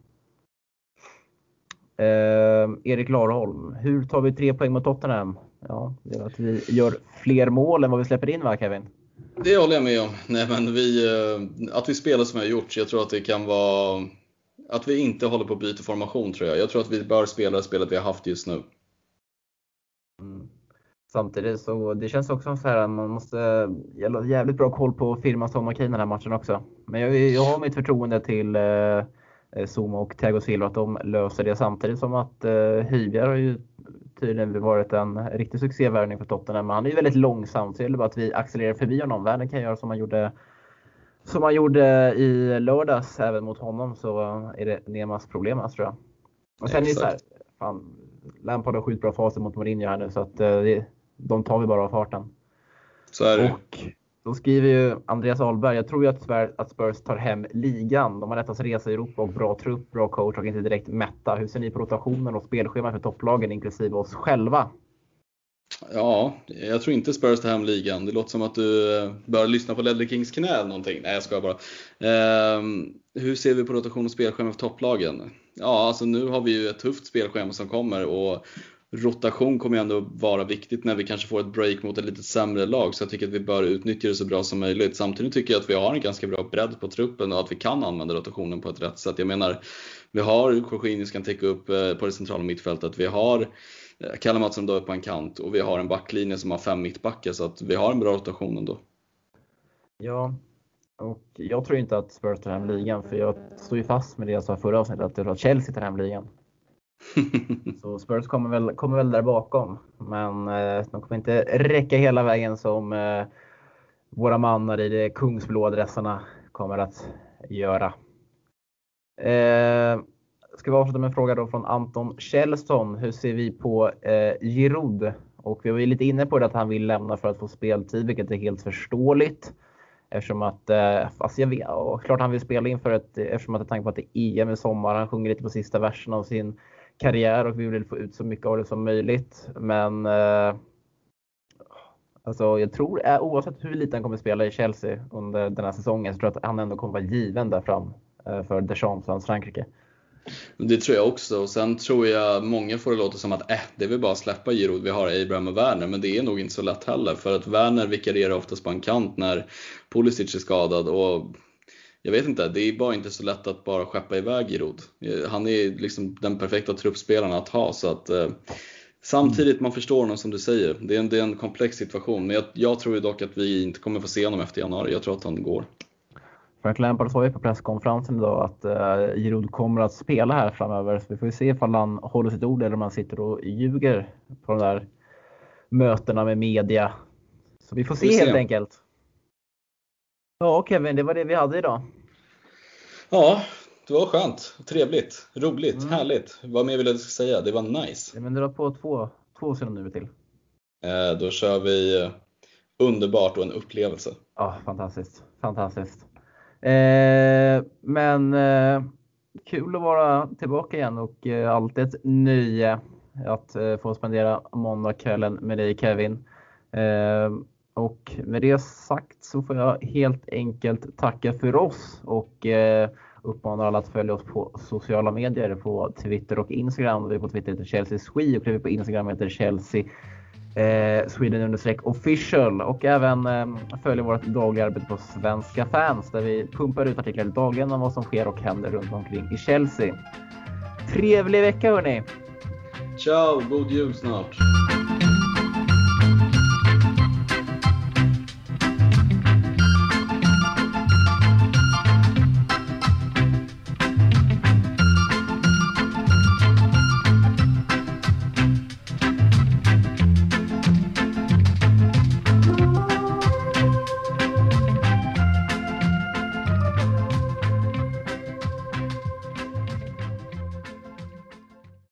Eh, Erik Larholm, hur tar vi tre poäng mot Tottenham? Ja, det är att vi gör fler mål än vad vi släpper in, va, Kevin? Det håller jag med om. Nej, men vi, att vi spelar som vi har gjort, jag tror att det kan vara att vi inte håller på att byta formation, tror jag. Jag tror att vi bör spela det spelet vi har haft just nu. Mm. Samtidigt så det känns också så här att man måste ha jävligt bra koll på firman Tom McKean den här matchen också. Men jag, jag har mitt förtroende till eh, Zuma och Thiago Silva att de löser det, samtidigt som att eh, Højbjerg har ju tydligen varit en riktig succévärvning för Tottenham. Men han är ju väldigt långsam, så det är bara att vi accelererar förbi honom. Världen kan göra som man gjorde som man gjorde i lördags även mot honom, så är det Nemas problem, tror jag. Och sen Exakt. Är det så här, fan, Lampard har skitbra faser mot Mourinho här nu, så att eh, de tar vi bara av farten. Så är det. Och då skriver ju Andreas Ahlberg, jag tror ju att Spurs, att Spurs tar hem ligan. De har lättast resa i Europa och bra trupp, bra coach och inte direkt mätta. Hur ser ni på rotationen och spelschemat för topplagen inklusive oss själva? Ja, jag tror inte Spurs tar hem ligan. Det låter som att du bör lyssna på Ledley Kings knä eller någonting. Nej, jag ska bara. Eh, hur ser vi på rotation och spelschema för topplagen? Ja, alltså nu har vi ju ett tufft spelschema som kommer, och rotation kommer ju ändå vara viktigt när vi kanske får ett break mot ett lite sämre lag. Så jag tycker att vi bör utnyttja det så bra som möjligt. Samtidigt tycker jag att vi har en ganska bra bredd på truppen och att vi kan använda rotationen på ett rätt sätt. Jag menar, vi har Jorginho som kan täcka upp på det centrala mittfältet. Vi har Kalle Mattsson då på en kant och vi har en backlinje som har fem mittbackar, så att vi har en bra rotation ändå. Ja, och jag tror inte att Spurs tar hem ligan, för jag står ju fast med det jag sa förra avsnittet, att jag tror att Chelsea tar hem ligan. Så Spurs kommer väl, kommer väl där bakom, men eh, de kommer inte räcka hela vägen som eh, våra mannar i de kungsblå dressarna kommer att göra. Eh, ska vi avsluta med en fråga då från Anton Kjellson. Hur ser vi på eh, Giroud? Och vi var ju lite inne på det, att han vill lämna för att få speltid, vilket är helt förståeligt. Eftersom att, eh, fast jag vet, och klart han vill spela in för ett, eftersom att jag tänker på att det är E M i sommar. Han sjunger lite på sista versen av sin karriär och vi vill få ut så mycket av det som möjligt. Men eh, alltså jag tror, eh, oavsett hur lite han kommer spela i Chelsea under den här säsongen, så tror jag att han ändå kommer vara given där fram eh, för Deschamps och Frankrike. Det tror jag också, och sen tror jag många får det låta som att äh, det är väl bara att släppa Giroud, vi har Abraham och Werner, men det är nog inte så lätt heller, för att Werner vikarierar oftast på en kant när Pulisic är skadad, och jag vet inte, det är bara inte så lätt att bara skeppa iväg Giroud. Han är liksom den perfekta truppspelaren att ha, så att eh, samtidigt man förstår honom som du säger, det är en, det är en komplex situation, men jag, jag tror ju dock att vi inte kommer få se honom efter januari. Jag tror att han går. Frank Lampard sa ju på presskonferensen idag att uh, Giroud kommer att spela här framöver. Så vi får se ifall han håller sitt ord eller om han sitter och ljuger på de där mötena med media. Så vi får se, vi helt se. enkelt. Ja, Kevin, det var det vi hade idag. Ja, det var skönt. Trevligt, roligt, mm. härligt. Vad mer vill jag säga? Det var nice. Ja, men det var på två, två sekunder nu till. Eh, då kör vi uh, underbart och en upplevelse. Ja, fantastiskt. Fantastiskt. Eh, men eh, kul att vara tillbaka igen, och eh, alltid ett nöje att eh, få spendera måndagskvällen med dig, Kevin. Eh, och med det sagt så får jag helt enkelt tacka för oss och eh, uppmanar alla att följa oss på sociala medier, på Twitter och Instagram. Vi är på Twitter heter Chelsea Swe och vi på Instagram heter Chelsea Eh, Sweden understreck official, och även eh, följer vårt dagliga arbete på Svenska Fans, där vi pumpar ut artiklar dagligen om vad som sker och händer runt omkring i Chelsea. Trevlig vecka hörni! Ciao, god jul snart!